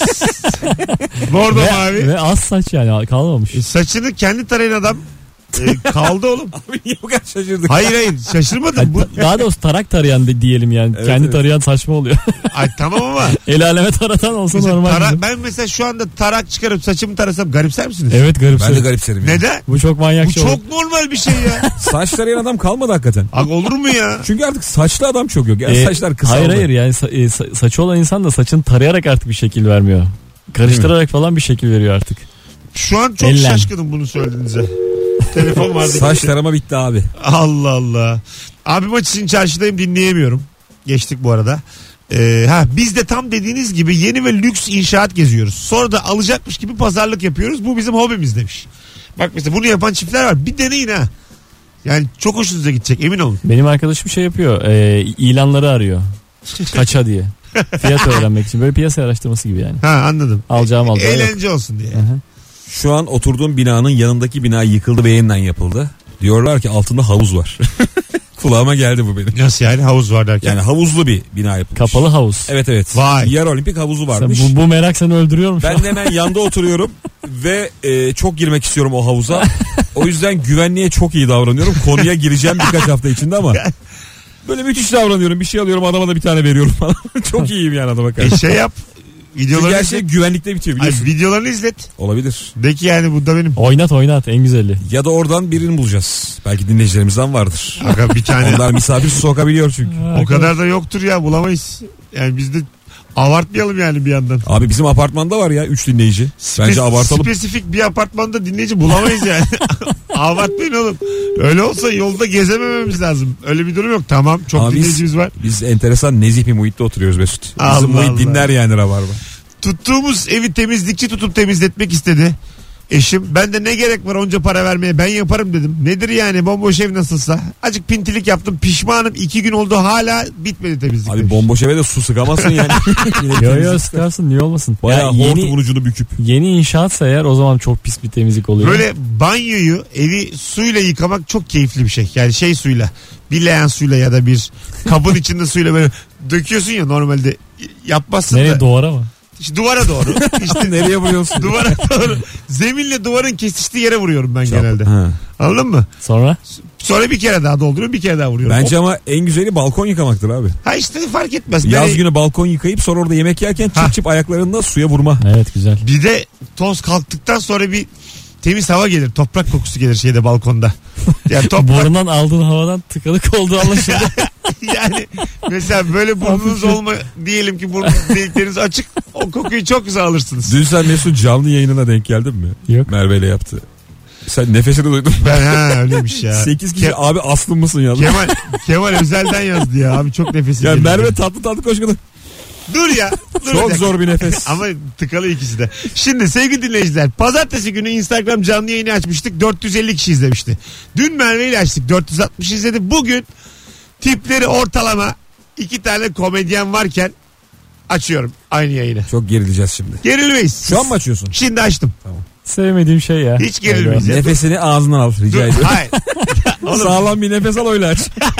[SPEAKER 2] bordo
[SPEAKER 3] Ve,
[SPEAKER 2] mavi.
[SPEAKER 3] ve az saç yani kalmamış.
[SPEAKER 2] E, saçını kendi tarayan adam e, kaldı oğlum.
[SPEAKER 4] Abi niye bu kadar şaşırdık?
[SPEAKER 2] Hayır hayır şaşırmadım. Bu,
[SPEAKER 3] Daha doğrusu tarak tarayan de diyelim yani.
[SPEAKER 4] Evet,
[SPEAKER 3] Kendi
[SPEAKER 4] evet.
[SPEAKER 3] tarayan saçma oluyor.
[SPEAKER 2] ay tamam ama
[SPEAKER 3] El aleme taratan olsa
[SPEAKER 2] mesela
[SPEAKER 3] normal.
[SPEAKER 2] tara-
[SPEAKER 3] gibi.
[SPEAKER 2] ben mesela şu anda tarak çıkarıp saçımı tarasam garipser misiniz?
[SPEAKER 3] Evet garip.
[SPEAKER 4] Ben de garipserim. ya.
[SPEAKER 2] Neden?
[SPEAKER 3] Bu çok
[SPEAKER 2] Bu
[SPEAKER 3] manyakça olur.
[SPEAKER 2] çok normal bir şey ya.
[SPEAKER 4] Saç tarayan adam kalmadı hakikaten.
[SPEAKER 2] Ak olur mu ya?
[SPEAKER 4] Çünkü artık saçlı adam çok yok. Yani
[SPEAKER 3] Ee,
[SPEAKER 4] saçlar kısaldı.
[SPEAKER 3] Hayır hayır yani sa- e, sa- saçı olan insan da saçını tarayarak artık bir şekil vermiyor. Karıştırarak falan bir şekil veriyor artık.
[SPEAKER 2] Şu an çok
[SPEAKER 3] Ellen.
[SPEAKER 2] şaşkınım bunu söylediğinize. Telefon vardı.
[SPEAKER 4] Saç tarama bitti abi.
[SPEAKER 2] Allah Allah. Abi maç için çarşıdayım dinleyemiyorum. Geçtik bu arada. Ee, ha biz de tam dediğiniz gibi yeni ve lüks inşaat geziyoruz. Sonra da alacakmış gibi pazarlık yapıyoruz. Bu bizim hobimiz demiş. Bak mesela bunu yapan çiftler var. Bir deneyin ha. Yani çok hoşunuza gidecek emin olun.
[SPEAKER 3] Benim arkadaşım şey yapıyor. E, ilanları arıyor. Kaça diye. Fiyat öğrenmek için. Böyle piyasa araştırması gibi yani.
[SPEAKER 2] Ha anladım.
[SPEAKER 3] Alacağım alacağım. yok.
[SPEAKER 2] Eğlence olsun diye.
[SPEAKER 3] Hı hı.
[SPEAKER 4] Şu an oturduğum binanın yanındaki bina yıkıldı ve yeniden yapıldı. Diyorlar ki altında havuz var. Kulağıma geldi bu benim.
[SPEAKER 2] Nasıl yani havuz var derken?
[SPEAKER 4] Yani havuzlu bir bina yapılmış.
[SPEAKER 3] Kapalı havuz.
[SPEAKER 4] Evet evet.
[SPEAKER 2] Vay.
[SPEAKER 4] Yer olimpik havuzu
[SPEAKER 3] Sen
[SPEAKER 4] varmış.
[SPEAKER 3] bu, bu merak seni öldürüyormuş.
[SPEAKER 4] Ben de hemen yanda oturuyorum ve e, çok girmek istiyorum o havuza. O yüzden güvenliğe çok iyi davranıyorum. Konuya gireceğim birkaç hafta içinde ama böyle müthiş davranıyorum. Bir şey alıyorum adama da bir tane veriyorum falan. Çok iyiyim yani adama karşı.
[SPEAKER 2] E şey yap.
[SPEAKER 4] Çünkü
[SPEAKER 2] Videolarını
[SPEAKER 4] her şey
[SPEAKER 2] izlet.
[SPEAKER 4] güvenlikte bitiyor
[SPEAKER 2] Ay,
[SPEAKER 4] biliyorsun.
[SPEAKER 2] videolarını izlet.
[SPEAKER 4] Olabilir.
[SPEAKER 2] De ki yani bu da benim.
[SPEAKER 3] Oynat oynat en güzeli.
[SPEAKER 4] Ya da oradan birini bulacağız. Belki dinleyicilerimizden vardır.
[SPEAKER 2] Aga bir tane.
[SPEAKER 4] Onlar misafir sokabiliyor çünkü.
[SPEAKER 2] O kadar da yoktur ya bulamayız. Yani biz de abartmayalım yani bir yandan.
[SPEAKER 4] Abi bizim apartmanda var ya üç dinleyici. Bence
[SPEAKER 2] Spes-
[SPEAKER 4] abartalım.
[SPEAKER 2] Spesifik bir apartmanda dinleyici bulamayız yani. Abartmayın oğlum. Öyle olsa yolda gezemememiz lazım. Öyle bir durum yok. Tamam çok
[SPEAKER 4] Ama biz-
[SPEAKER 2] dinleyicimiz var.
[SPEAKER 4] Biz enteresan nezih bir muhitte oturuyoruz Mesut. Bizim
[SPEAKER 2] Allah
[SPEAKER 4] muhit
[SPEAKER 2] Allah.
[SPEAKER 4] dinler yani Rabarba.
[SPEAKER 2] Tuttuğumuz evi temizlikçi tutup temizletmek istedi. Eşim ben de ne gerek var onca para vermeye ben yaparım dedim. Nedir yani bomboş ev nasılsa. Acık pintilik yaptım pişmanım iki gün oldu hala bitmedi temizlik.
[SPEAKER 4] Abi
[SPEAKER 2] demiş.
[SPEAKER 4] bomboş eve de su sıkamazsın yani. Yine
[SPEAKER 3] Yo
[SPEAKER 4] temizlik.
[SPEAKER 3] yo sıkarsın niye olmasın.
[SPEAKER 4] Bayağı
[SPEAKER 3] Ya
[SPEAKER 4] hortum
[SPEAKER 3] yeni,
[SPEAKER 4] ucunu büküp.
[SPEAKER 3] yeni inşaatsa eğer o zaman çok pis bir temizlik oluyor.
[SPEAKER 2] Böyle banyoyu evi suyla yıkamak çok keyifli bir şey. Yani şey suyla bir leğen suyla ya da bir kabın içinde suyla böyle döküyorsun ya normalde yapmazsın
[SPEAKER 3] Nereye
[SPEAKER 2] da.
[SPEAKER 3] duvara mı?
[SPEAKER 2] İşte duvara doğru. İşte
[SPEAKER 4] Nereye vuruyorsun?
[SPEAKER 2] duvara doğru. Zeminle duvarın kesiştiği yere vuruyorum ben genelde.
[SPEAKER 4] Ha.
[SPEAKER 2] Anladın mı?
[SPEAKER 3] Sonra?
[SPEAKER 2] Sonra bir kere daha dolduruyorum bir kere daha vuruyorum.
[SPEAKER 4] Bence ama en güzeli balkon yıkamaktır abi.
[SPEAKER 2] Ha işte fark etmez.
[SPEAKER 4] Yaz
[SPEAKER 2] Nereye-
[SPEAKER 4] günü balkon yıkayıp sonra orada yemek yerken
[SPEAKER 2] Ha.
[SPEAKER 4] çıp çıp ayaklarında suya vurma.
[SPEAKER 3] Evet güzel.
[SPEAKER 2] Bir de toz kalktıktan sonra bir temiz hava gelir. Toprak kokusu gelir şeyde balkonda. Yani toprak
[SPEAKER 3] Borundan aldığın havadan tıkanık olduğu anlaşıldı.
[SPEAKER 2] yani mesela böyle burnunuz olma diyelim ki burnunuz delikleriniz açık. O kokuyu çok güzel alırsınız.
[SPEAKER 4] Dün sen Mesut canlı yayınına denk geldin mi?
[SPEAKER 3] Yok.
[SPEAKER 4] Merve ile yaptı. Sen nefesini duydun.
[SPEAKER 2] Ben ha öyleymiş ya.
[SPEAKER 4] sekiz kişi
[SPEAKER 2] Ke-
[SPEAKER 4] abi aslım mısın ya?
[SPEAKER 2] Kemal Kemal özelden yazdı ya abi çok nefesi
[SPEAKER 4] Ya
[SPEAKER 2] geliyor.
[SPEAKER 4] Merve tatlı tatlı koşkunu.
[SPEAKER 2] Dur ya. Dur bir
[SPEAKER 4] Çok
[SPEAKER 2] dakika.
[SPEAKER 4] zor bir nefes.
[SPEAKER 2] Ama tıkalı ikisi de. Şimdi sevgili dinleyiciler pazartesi günü Instagram canlı yayını açmıştık. dört yüz elli kişi izlemişti. Dün Merve ile açtık. dört yüz altmış izledi. Bugün tipleri ortalama iki tane komedyen varken açıyorum aynı yayını.
[SPEAKER 4] Çok gerileceğiz şimdi.
[SPEAKER 2] Gerilmeyiz.
[SPEAKER 4] Şu an mı açıyorsun?
[SPEAKER 2] Şimdi açtım.
[SPEAKER 3] Sevmediğim şey ya.
[SPEAKER 2] Hiç gerilmeyiz. ya.
[SPEAKER 4] Nefesini ağzından al rica
[SPEAKER 2] Dur,
[SPEAKER 4] ediyorum.
[SPEAKER 2] hayır. Oğlum,
[SPEAKER 4] Sağlam bir nefes al öyle aç.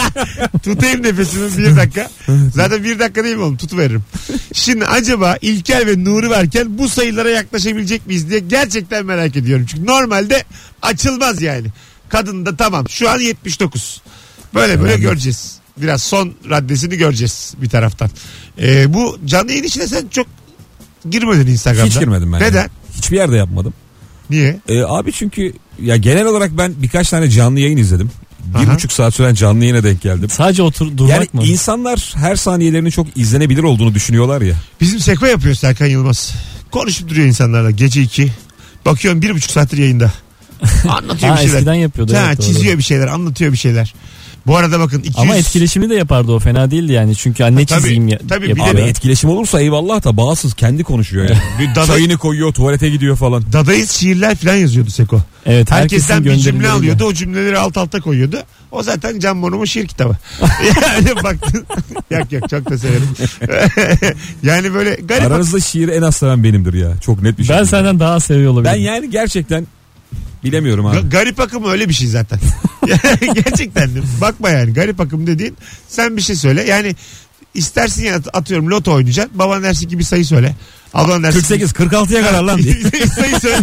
[SPEAKER 2] tutayım nefesimi bir dakika. Zaten bir dakika değil mi oğlum? Tutuveririm. Şimdi acaba İlker ve Nuri varken bu sayılara yaklaşabilecek miyiz diye gerçekten merak ediyorum. Çünkü normalde açılmaz yani. Kadın da tamam şu an yetmiş dokuz. Böyle böyle
[SPEAKER 4] Evet.
[SPEAKER 2] göreceğiz. Biraz son raddesini göreceğiz bir taraftan. Ee, bu canlı yayın içine sen çok girmedin Instagram'da.
[SPEAKER 4] Hiç girmedim ben.
[SPEAKER 2] Neden?
[SPEAKER 4] yani. Hiçbir yerde yapmadım.
[SPEAKER 2] Niye?
[SPEAKER 4] Ee, abi çünkü ya genel olarak ben birkaç tane canlı yayın izledim. Bir
[SPEAKER 2] Aha.
[SPEAKER 4] buçuk saat süren canlı yayına denk geldim.
[SPEAKER 3] Sadece otur durmak
[SPEAKER 4] Yani
[SPEAKER 3] mı?
[SPEAKER 4] insanlar her saniyelerinin çok izlenebilir olduğunu düşünüyorlar ya.
[SPEAKER 2] Bizim Seko yapıyor Serkan Yılmaz. Konuşup duruyor insanlarla gece iki. Bakıyorum bir buçuk saattir yayında. Anlatıyor
[SPEAKER 3] Ha,
[SPEAKER 2] bir şeyler.
[SPEAKER 3] eskiden yapıyordu.
[SPEAKER 2] Ha,
[SPEAKER 3] Evet, doğru.
[SPEAKER 2] çiziyor bir şeyler, anlatıyor bir şeyler. Bu arada bakın iki yüz...
[SPEAKER 3] Ama etkileşimini de yapardı o, fena değildi yani. Çünkü anne
[SPEAKER 2] Tabii,
[SPEAKER 3] çizeyim ya,
[SPEAKER 2] tabii, bir
[SPEAKER 3] yapıyor.
[SPEAKER 2] de
[SPEAKER 4] Abi etkileşim olursa eyvallah da bağımsız kendi konuşuyor yani.
[SPEAKER 2] Bir dada-
[SPEAKER 4] Çayını koyuyor, tuvalete gidiyor falan.
[SPEAKER 2] Dadayız şiirler falan yazıyordu Seko.
[SPEAKER 3] Evet,
[SPEAKER 2] Herkesten bir
[SPEAKER 3] herkesin
[SPEAKER 2] cümle
[SPEAKER 3] gönderileri.
[SPEAKER 2] alıyordu. O cümleleri alt alta koyuyordu. O zaten Can Bonomo şiir kitabı. Yani baktın. Yak yak çok da severim. Yani böyle garip.
[SPEAKER 4] Aranızda şiiri en az seven benimdir ya. Çok net bir şey.
[SPEAKER 3] Ben senden daha seviyor olabilirim.
[SPEAKER 4] Ben yani gerçekten bilemiyorum abi.
[SPEAKER 2] Ga- garip akım öyle bir şey zaten. Gerçekten de. Bakma yani garip akım dediğin sen bir şey söyle. Yani istersin ya atıyorum loto oynayacaksın. Baban dersin ki bir sayı söyle. Ablan dersin
[SPEAKER 4] kırk sekiz kırk altıya kadar lan diye.
[SPEAKER 2] bir sayı söyle.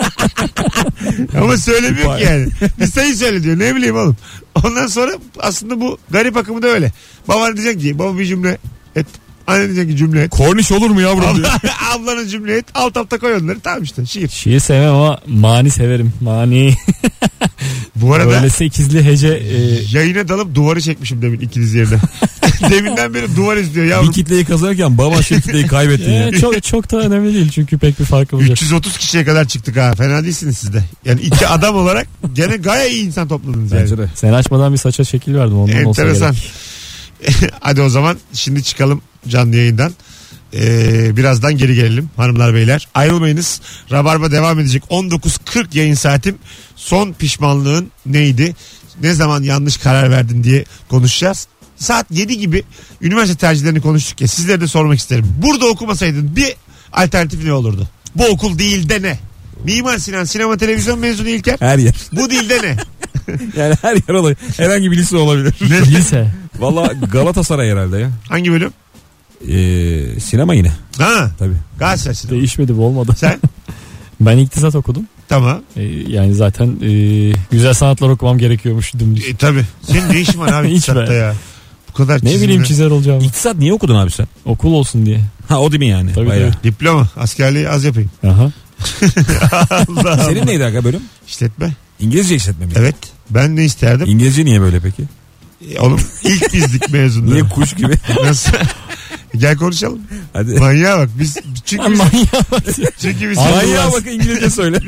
[SPEAKER 2] Ama söylemiyor ki yani. Bir sayı söyle diyor. Ne bileyim oğlum. Ondan sonra aslında bu garip akımı da öyle. Baban diyecek ki baba bir cümle et. Anne diyecek ki cümle et.
[SPEAKER 4] Korniş olur mu yavrum diyor.
[SPEAKER 2] Abla, ablanın cümle et. Alt alta koy onları. Tamam işte şiir.
[SPEAKER 3] Şiir sevmem ama mani severim. Mani.
[SPEAKER 2] Bu arada
[SPEAKER 3] Böyle sekizli hece. E,
[SPEAKER 2] yayına dalıp duvarı çekmişim demin ikiniz yerine. Deminden beri duvar izliyor yavrum.
[SPEAKER 4] Bir kitleyi kazanırken baba şey kitleyi kaybettin ya.
[SPEAKER 3] e, çok çok da önemli değil çünkü pek bir farkımız yok.
[SPEAKER 2] üç yüz otuz kişiye kadar çıktık ha. Fena değilsiniz siz de. Yani iki adam olarak gene gayet iyi insan topladınız yani.
[SPEAKER 4] Bence de.
[SPEAKER 3] Sen açmadan bir saça şekil verdim, ondan olsa
[SPEAKER 2] Enteresan.
[SPEAKER 3] gerek.
[SPEAKER 2] Hadi o zaman şimdi çıkalım canlı yayından. Ee, birazdan geri gelelim hanımlar beyler. Ayrılmayınız. Rabarba devam edecek. on dokuz kırk yayın saatim. Son pişmanlığın neydi? Ne zaman yanlış karar verdin diye konuşacağız. Saat yedi gibi üniversite tercihlerini konuştuk ya. Sizlere de sormak isterim. Burada okumasaydın bir alternatif ne olurdu? Bu okul değil de ne? Mimar Sinan sinema televizyon mezunu İlker.
[SPEAKER 4] Her yer.
[SPEAKER 2] Bu değil de ne?
[SPEAKER 4] Yani her yer olabilir. Herhangi bir lise olabilir.
[SPEAKER 3] Lise.
[SPEAKER 4] Valla Galatasaray herhalde ya.
[SPEAKER 2] Hangi bölüm?
[SPEAKER 4] Ee, sinema yine.
[SPEAKER 2] Ha,
[SPEAKER 4] Tabii.
[SPEAKER 2] Galatasaray sinema.
[SPEAKER 3] Değişmedi, bu olmadı.
[SPEAKER 2] Sen?
[SPEAKER 3] Ben iktisat okudum.
[SPEAKER 2] Tamam.
[SPEAKER 3] E, yani zaten e, güzel sanatlar okumam gerekiyormuş dümdüz.
[SPEAKER 2] E, tabii. Senin ne işin var abi
[SPEAKER 3] Hiç
[SPEAKER 2] iktisatta
[SPEAKER 3] be.
[SPEAKER 2] ya? Bu kadar
[SPEAKER 3] Ne
[SPEAKER 2] çizimle.
[SPEAKER 3] bileyim çizer olacağım.
[SPEAKER 4] İktisat niye okudun abi sen?
[SPEAKER 3] Okul olsun diye.
[SPEAKER 4] Ha o değil mi yani?
[SPEAKER 3] Tabii,
[SPEAKER 4] Bayağı.
[SPEAKER 3] tabii.
[SPEAKER 2] Diploma. Askerliği az yapayım.
[SPEAKER 3] Aha.
[SPEAKER 2] Allah
[SPEAKER 4] Senin
[SPEAKER 2] Allah.
[SPEAKER 4] neydi aga bölüm?
[SPEAKER 2] İşletme.
[SPEAKER 4] İngilizce işletme mi?
[SPEAKER 2] Evet. Ben ne isterdim?
[SPEAKER 4] İngilizce niye böyle peki?
[SPEAKER 2] E, Oğlum ilk bizlik mezunları.
[SPEAKER 4] Niye kuş gibi?
[SPEAKER 2] Nasıl? Gel konuşalım.
[SPEAKER 4] Hadi.
[SPEAKER 2] Manyağa bak. Biz, çünkü biz,
[SPEAKER 3] Manyak bak.
[SPEAKER 2] çünkü biz
[SPEAKER 4] Manyağa bak İngilizce söyle.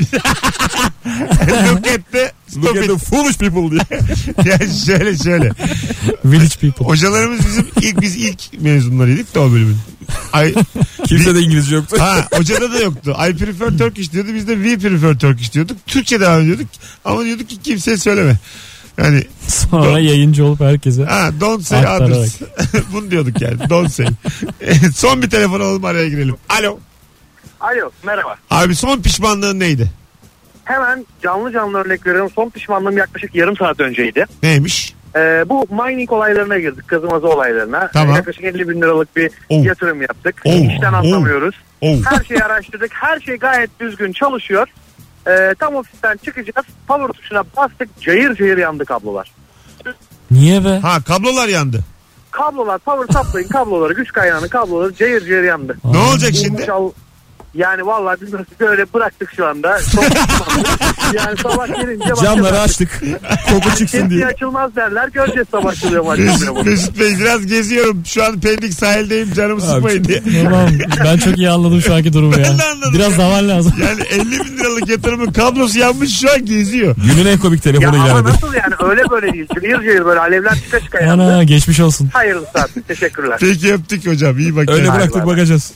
[SPEAKER 2] look at the
[SPEAKER 4] Look
[SPEAKER 2] stop
[SPEAKER 4] at
[SPEAKER 2] it.
[SPEAKER 4] the foolish people diye.
[SPEAKER 2] Yani şöyle şöyle.
[SPEAKER 3] Village people.
[SPEAKER 2] Hocalarımız bizim ilk biz ilk mezunlarıydık da o bölümün. Ay,
[SPEAKER 4] Kimse de İngilizce yoktu.
[SPEAKER 2] ha hocada da yoktu. I prefer Turkish diyordu. Biz de we prefer Turkish diyorduk. Türkçe devam ediyorduk. Ama diyorduk ki kimseye söyleme. Yani
[SPEAKER 3] Sonra yayıncı olup herkese.
[SPEAKER 2] ha don't say
[SPEAKER 3] Aktararak.
[SPEAKER 2] others. Bunu diyorduk yani. Don't say. Son bir telefon alalım araya girelim. Alo.
[SPEAKER 7] Alo merhaba.
[SPEAKER 2] Abi son pişmanlığın neydi?
[SPEAKER 7] Hemen canlı canlı örnek veriyorum. Son pişmanlığım yaklaşık yarım saat önceydi.
[SPEAKER 2] Neymiş?
[SPEAKER 7] Ee, bu mining olaylarına girdik. Kazımazı olaylarına.
[SPEAKER 2] Tamam.
[SPEAKER 7] Ee, yaklaşık elli bin liralık bir
[SPEAKER 2] Oh.
[SPEAKER 7] yatırım yaptık.
[SPEAKER 2] Oh.
[SPEAKER 7] İşten
[SPEAKER 2] Oh.
[SPEAKER 7] anlamıyoruz.
[SPEAKER 2] Oh.
[SPEAKER 7] Her şeyi araştırdık. Her şey gayet düzgün çalışıyor. Ee, tam ofisten çıkacağız. Power tuşuna bastık. Cayır cayır yandı kablolar.
[SPEAKER 3] Niye be?
[SPEAKER 2] Ha kablolar yandı.
[SPEAKER 7] Kablolar, power supply'ın kabloları, güç kaynağının kabloları cayır cayır yandı.
[SPEAKER 2] Ne olacak şimdi?
[SPEAKER 7] Çal- Yani vallahi biz böyle bıraktık şu anda. Çok pişmanım. Yani sabah gelince
[SPEAKER 4] Camları
[SPEAKER 7] bakacağız.
[SPEAKER 4] açtık. Koku çıksın
[SPEAKER 7] Tepsi
[SPEAKER 4] diye.
[SPEAKER 7] açılmaz derler. Göreceğiz sabah açılıyor mu
[SPEAKER 2] Mesut,
[SPEAKER 7] açılmıyor mu?
[SPEAKER 2] Mesut Bey biraz geziyorum. Şu an Pendik sahildeyim canımı
[SPEAKER 4] Abi,
[SPEAKER 2] sıkmayın diye.
[SPEAKER 3] Tamam. Ben çok iyi anladım şu anki durumu ya.
[SPEAKER 2] Ben de anladım
[SPEAKER 3] Biraz
[SPEAKER 2] ya.
[SPEAKER 3] zaman lazım.
[SPEAKER 2] Yani elli bin liralık yatırımın kablosu yanmış şu an geziyor.
[SPEAKER 4] Günün en komik
[SPEAKER 7] Ya
[SPEAKER 4] telefonu
[SPEAKER 7] ama
[SPEAKER 4] ilan edin.
[SPEAKER 7] nasıl yani öyle böyle değil. Cayır cayır böyle alevler çıka çıka yandı.
[SPEAKER 3] Ana geçmiş olsun.
[SPEAKER 7] Hayırlısı abi. Teşekkürler.
[SPEAKER 2] Peki öptük hocam iyi bak.
[SPEAKER 4] Öyle
[SPEAKER 2] kendine.
[SPEAKER 4] bıraktık bakacağız.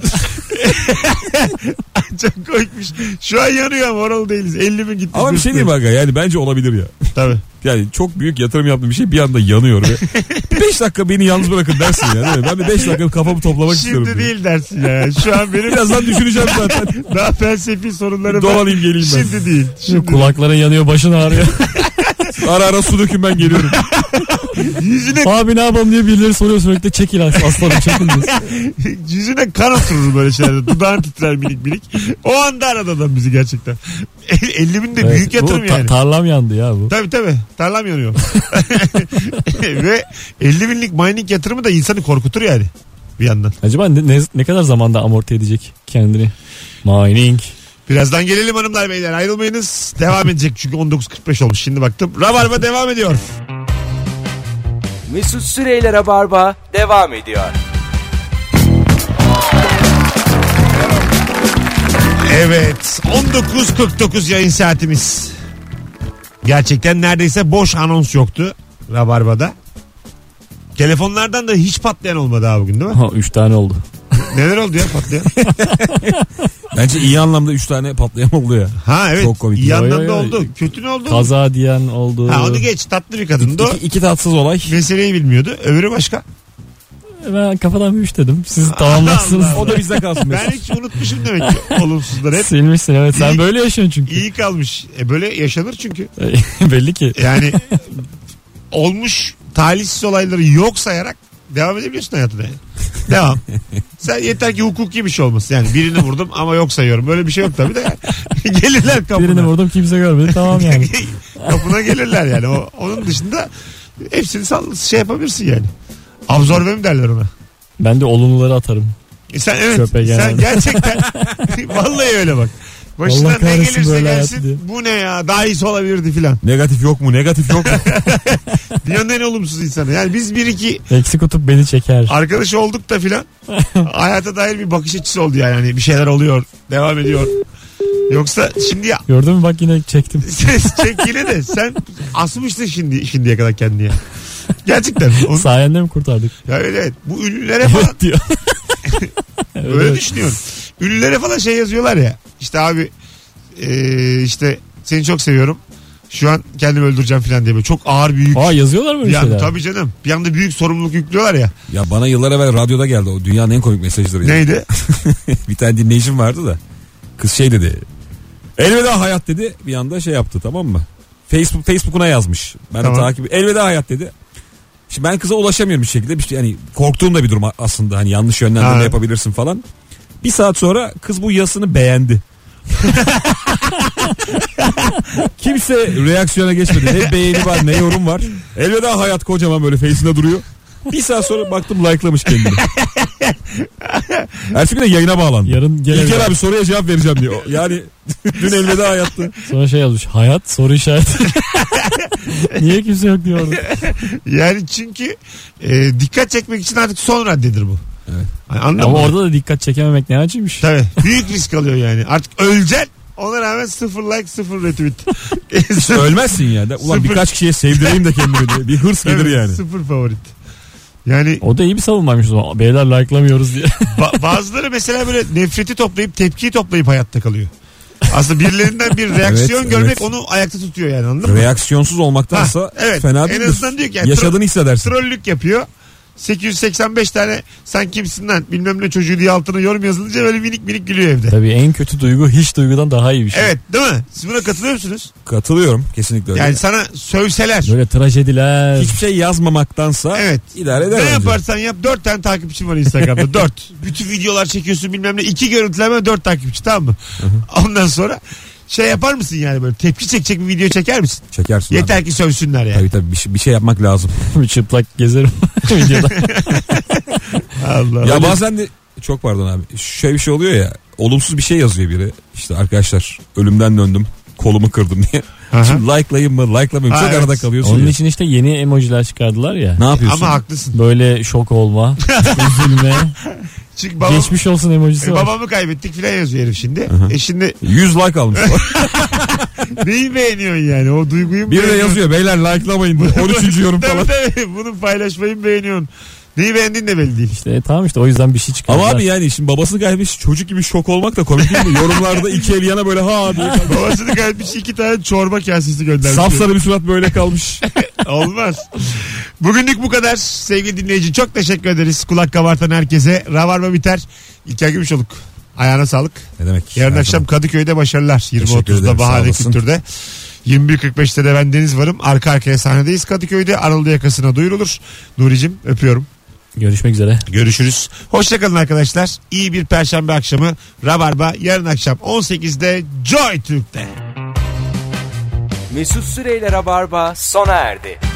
[SPEAKER 2] Çok koymuş. Şu an yanıyor ama oralı değiliz. elli bin gitti.
[SPEAKER 4] Ama bir şey diyeyim aga yani bence olabilir ya.
[SPEAKER 2] Tabii.
[SPEAKER 4] Yani çok büyük yatırım yaptığım bir şey bir anda yanıyor ve beş dakika beni yalnız bırakın dersin ya. Değil mi? Ben bir beş dakika kafamı toplamak istiyorum.
[SPEAKER 2] Şimdi
[SPEAKER 4] diye.
[SPEAKER 2] değil dersin ya. Şu an benim
[SPEAKER 4] Birazdan düşüneceğim zaten.
[SPEAKER 2] daha felsefi sorunlarım
[SPEAKER 4] Dolanayım geleyim ben.
[SPEAKER 2] Şimdi değil. Şimdi
[SPEAKER 3] Kulakların yanıyor, başın ağrıyor.
[SPEAKER 4] Ara ara su dökün ben geliyorum.
[SPEAKER 2] yüzüne,
[SPEAKER 3] Abi ne yapalım diye birileri soruyor sürekli, çekil aslanım çekil diyorsun.
[SPEAKER 2] yüzüne kan oturur böyle şeylerde. Dudağın titrer minik minik. O anda aradı adam bizi gerçekten. elli bin de
[SPEAKER 3] Evet,
[SPEAKER 2] büyük yatırım
[SPEAKER 3] bu ta-
[SPEAKER 2] yani.
[SPEAKER 3] tarlam yandı ya bu.
[SPEAKER 2] Tabii tabii. Tarlam yanıyor. Ve elli binlik mining yatırımı da insanı korkutur yani. Bir yandan.
[SPEAKER 3] Acaba ne, ne, ne kadar zamanda amorti edecek kendini? Mining.
[SPEAKER 2] Birazdan gelelim hanımlar beyler. Ayrılmayınız. Devam edecek çünkü on dokuz kırk beş olmuş. Şimdi baktım. Rabarba devam ediyor.
[SPEAKER 1] Mesut Süreyler'e barba devam ediyor.
[SPEAKER 2] Evet, on dokuz kırk dokuz yayın saatimiz. Gerçekten neredeyse boş anons yoktu Rabarba'da. Telefonlardan da hiç patlayan olmadı abi bugün, değil mi?
[SPEAKER 3] Ha, üç tane oldu.
[SPEAKER 2] Neler oldu ya patlayan?
[SPEAKER 4] Bence iyi anlamda üç tane patlayan oldu ya.
[SPEAKER 2] Ha evet.
[SPEAKER 4] Çok komik.
[SPEAKER 2] İyi
[SPEAKER 3] Yo,
[SPEAKER 2] anlamda
[SPEAKER 3] yo, yo.
[SPEAKER 2] oldu. Kötü ne oldu?
[SPEAKER 3] Kaza diyen oldu.
[SPEAKER 2] Ha onu geç, tatlı bir kadındı o.
[SPEAKER 4] İki, iki tatsız olay.
[SPEAKER 2] Meseleyi bilmiyordu. Öbürü başka.
[SPEAKER 3] Ben kafadan bir üç dedim. Siz tamamlarsınız.
[SPEAKER 2] Allah.
[SPEAKER 4] O da bizde kalsın.
[SPEAKER 2] Ben hiç unutmuşum demek ki olumsuzları hep.
[SPEAKER 3] Silmişsin evet. Sen
[SPEAKER 2] İyi-
[SPEAKER 3] böyle yaşıyorsun çünkü.
[SPEAKER 2] İyi kalmış. E böyle yaşanır çünkü.
[SPEAKER 3] Belli ki.
[SPEAKER 2] Yani olmuş talihsiz olayları yok sayarak devam edebiliyorsun hayatına yani. Devam. Sen yeter ki hukuki bir şey olmasın. Yani birini vurdum ama yok sayıyorum. Böyle bir şey yok tabii de yani. Gelirler kapına.
[SPEAKER 3] Birini vurdum kimse görmedi. Tamam yani.
[SPEAKER 2] Kapına gelirler yani. O, onun dışında hepsini sal, şey yapabilirsin yani. Absorbe mi derler ona?
[SPEAKER 3] Ben de olumluları atarım.
[SPEAKER 2] E sen evet.
[SPEAKER 3] Çöpe
[SPEAKER 2] Sen
[SPEAKER 3] genelde.
[SPEAKER 2] gerçekten vallahi öyle bak. Başına
[SPEAKER 3] Allah
[SPEAKER 2] ne
[SPEAKER 3] kahretsin
[SPEAKER 2] gelirse
[SPEAKER 3] böyle hayatı
[SPEAKER 2] gelsin
[SPEAKER 3] diye.
[SPEAKER 2] bu ne ya daha iyisi olabilirdi filan.
[SPEAKER 4] Negatif yok mu? Negatif yok mu?
[SPEAKER 2] Dünyanın en olumsuz insanı. Yani biz bir iki
[SPEAKER 3] Eksik kutup beni çeker.
[SPEAKER 2] arkadaş olduk da filan hayata dair bir bakış açısı oldu yani. Hani bir şeyler oluyor, devam ediyor. Yoksa şimdi ya
[SPEAKER 3] Gördün mü bak yine çektim.
[SPEAKER 2] ses çek yine de sen asmıştın şimdi şimdiye kadar kendini ya. Gerçekten. Onu,
[SPEAKER 3] Sayende mi kurtardık?
[SPEAKER 2] ya evet, evet. Bu ünlülere falan
[SPEAKER 3] Evet diyor.
[SPEAKER 2] öyle
[SPEAKER 3] Evet.
[SPEAKER 2] düşünüyorum. Ünlülere falan şey yazıyorlar ya. İşte abi e, işte seni çok seviyorum. Şu an kendimi öldüreceğim falan diye böyle çok ağır büyük.
[SPEAKER 3] Aa yazıyorlar mı
[SPEAKER 2] Bir
[SPEAKER 3] öyle
[SPEAKER 2] anda,
[SPEAKER 3] şeyler?
[SPEAKER 2] tabii canım. Bir anda büyük sorumluluk yüklüyorlar ya.
[SPEAKER 4] Ya bana yıllar evvel radyoda geldi. O dünyanın en komik mesajları. Yani.
[SPEAKER 2] Neydi?
[SPEAKER 4] Bir tane dinleyicim vardı da. Kız şey dedi. Elveda hayat dedi. Bir anda şey yaptı, tamam mı? Facebook Facebook'una yazmış. Ben
[SPEAKER 2] Tamam.
[SPEAKER 4] de takip. Elveda hayat dedi. Şimdi ben kıza ulaşamıyorum bir şekilde. Bir şey, yani korktuğum da bir durum aslında. Hani yanlış yönlendirme
[SPEAKER 2] Ha.
[SPEAKER 4] yapabilirsin falan. Bir saat sonra kız bu yazısını beğendi. Kimse reaksiyona geçmedi. Ne beğeni var ne yorum var. Elveda hayat kocaman böyle face'inde duruyor. Bir saat sonra baktım like'lamış kendini. Ertesi gün de yayına bağlandı.
[SPEAKER 3] Yarın gelebilir.
[SPEAKER 4] İlker abi soruya cevap vereceğim diyor. Yani dün elveda hayattı.
[SPEAKER 3] Sonra şey yazmış. Hayat soru işareti. Niye kimse yok diyor orada.
[SPEAKER 2] Yani çünkü e, dikkat çekmek için artık son raddedir bu.
[SPEAKER 4] Evet.
[SPEAKER 2] Yani anladın
[SPEAKER 3] Ama
[SPEAKER 2] mı?
[SPEAKER 3] orada da dikkat çekememek ne acıymış.
[SPEAKER 2] Tabii. Büyük risk alıyor yani. Artık öleceksin. Ona rağmen sıfır like sıfır retweet.
[SPEAKER 4] İşte ölmezsin ya. De, ulan
[SPEAKER 2] Sıfır.
[SPEAKER 4] birkaç kişiye sevdireyim de kendimi diye. Bir hırs gelir
[SPEAKER 2] Evet,
[SPEAKER 4] yani.
[SPEAKER 2] Sıfır favorit. Yani
[SPEAKER 3] O da iyi bir savunmaymış o zaman. Beyler like'lamıyoruz diye.
[SPEAKER 2] ba- bazıları mesela böyle nefreti toplayıp tepkiyi toplayıp hayatta kalıyor. Aslında birilerinden bir reaksiyon
[SPEAKER 4] Evet,
[SPEAKER 2] görmek
[SPEAKER 4] evet.
[SPEAKER 2] onu ayakta tutuyor yani, anladın mı?
[SPEAKER 4] Reaksiyonsuz olmaktansa
[SPEAKER 2] Ha, evet.
[SPEAKER 4] fena
[SPEAKER 2] En
[SPEAKER 4] değildir.
[SPEAKER 2] azından diyor ki yani
[SPEAKER 4] Yaşadığını hissedersin.
[SPEAKER 2] Trollük yapıyor. sekiz yüz seksen beş tane sen kimsin lan bilmem ne çocuğu diye altına yorum yazılınca böyle minik minik gülüyor evde.
[SPEAKER 3] Tabii en kötü duygu hiç duygudan daha iyi bir şey.
[SPEAKER 2] Evet değil mi? Siz buna katılıyor musunuz?
[SPEAKER 4] Katılıyorum. Kesinlikle öyle.
[SPEAKER 2] Yani sana sövseler.
[SPEAKER 3] Böyle trajediler.
[SPEAKER 4] Hiçbir şey yazmamaktansa
[SPEAKER 2] Evet.
[SPEAKER 4] idare eder
[SPEAKER 2] Ne
[SPEAKER 4] bence.
[SPEAKER 2] yaparsan yap dört tane takipçim var Instagram'da. Dört. Bütün videolar çekiyorsun bilmem ne. İki görüntüleme dört takipçi, tamam mı? Ondan sonra şey yapar mısın yani böyle tepki çekecek bir video çeker misin?
[SPEAKER 4] Çekersin
[SPEAKER 2] Yeter
[SPEAKER 4] abi.
[SPEAKER 2] ki sövsünler yani.
[SPEAKER 4] Tabii tabii bir şey, bir şey yapmak lazım.
[SPEAKER 3] Bir çıplak gezerim videoda.
[SPEAKER 2] Allah.
[SPEAKER 4] Ya bazen de çok pardon abi. Şöyle bir şey oluyor ya. Olumsuz bir şey yazıyor biri. İşte arkadaşlar ölümden döndüm. Kolumu kırdım diye.
[SPEAKER 2] Aha.
[SPEAKER 4] Şimdi like'layayım mı like'lamayayım mı?
[SPEAKER 2] Ha,
[SPEAKER 4] Çok
[SPEAKER 2] evet.
[SPEAKER 4] arada kalıyorsun.
[SPEAKER 3] Onun
[SPEAKER 4] ya.
[SPEAKER 3] için işte yeni emojiler çıkardılar ya.
[SPEAKER 4] Ne yapıyorsun?
[SPEAKER 2] Ama haklısın.
[SPEAKER 3] Böyle şok olma, üzülme,
[SPEAKER 2] Çünkü babam,
[SPEAKER 3] geçmiş olsun emojisi
[SPEAKER 2] e,
[SPEAKER 3] var.
[SPEAKER 2] babamı kaybettik filan yazıyor herif şimdi. E şimdi
[SPEAKER 4] yüz like almış.
[SPEAKER 2] neyi beğeniyorsun yani? O duyguyu mu
[SPEAKER 4] Biri de
[SPEAKER 2] beğeniyorsun?
[SPEAKER 4] yazıyor beyler like'lamayın diye. on üçüncü yorum
[SPEAKER 2] Tabii
[SPEAKER 4] falan.
[SPEAKER 2] tabii. Bunu paylaşmayı mı beğeniyorsun? Neyi beğendiğin de belli değil.
[SPEAKER 3] İşte e, tamam işte o yüzden bir şey çıkardılar.
[SPEAKER 4] Ama abi yani şimdi babasını kaybetmiş çocuk gibi şok olmak da komik değil mi? Yorumlarda iki el yana böyle ha diye.
[SPEAKER 2] Babasını kaybetmiş iki tane çorba kasesi göndermiş.
[SPEAKER 4] Sapsarı bir surat böyle kalmış.
[SPEAKER 2] Olmaz. Bugünlük bu kadar sevgili dinleyici. Çok teşekkür ederiz kulak kabartan herkese. Ravarma biter. İlker Gümüşoluk. Ayağına sağlık.
[SPEAKER 4] Ne demek?
[SPEAKER 2] Yarın
[SPEAKER 4] Her
[SPEAKER 2] akşam
[SPEAKER 4] zaman.
[SPEAKER 2] Kadıköy'de başarılar. yirmi
[SPEAKER 4] Teşekkür
[SPEAKER 2] otuzda
[SPEAKER 4] ederim, sağ
[SPEAKER 2] Bahane
[SPEAKER 4] olasın.
[SPEAKER 2] Kültür'de. yirmi bir kırk beşte de ben Deniz varım. Arka arkaya sahnedeyiz Kadıköy'de. Anadolu yakasına duyurulur. Nuri'cim öpüyorum.
[SPEAKER 3] Görüşmek üzere.
[SPEAKER 2] Görüşürüz. Hoşçakalın arkadaşlar. İyi bir perşembe akşamı. Rabarba yarın akşam on sekizde Joy Türk'te.
[SPEAKER 1] Mesut Süreyler'e barba sona erdi.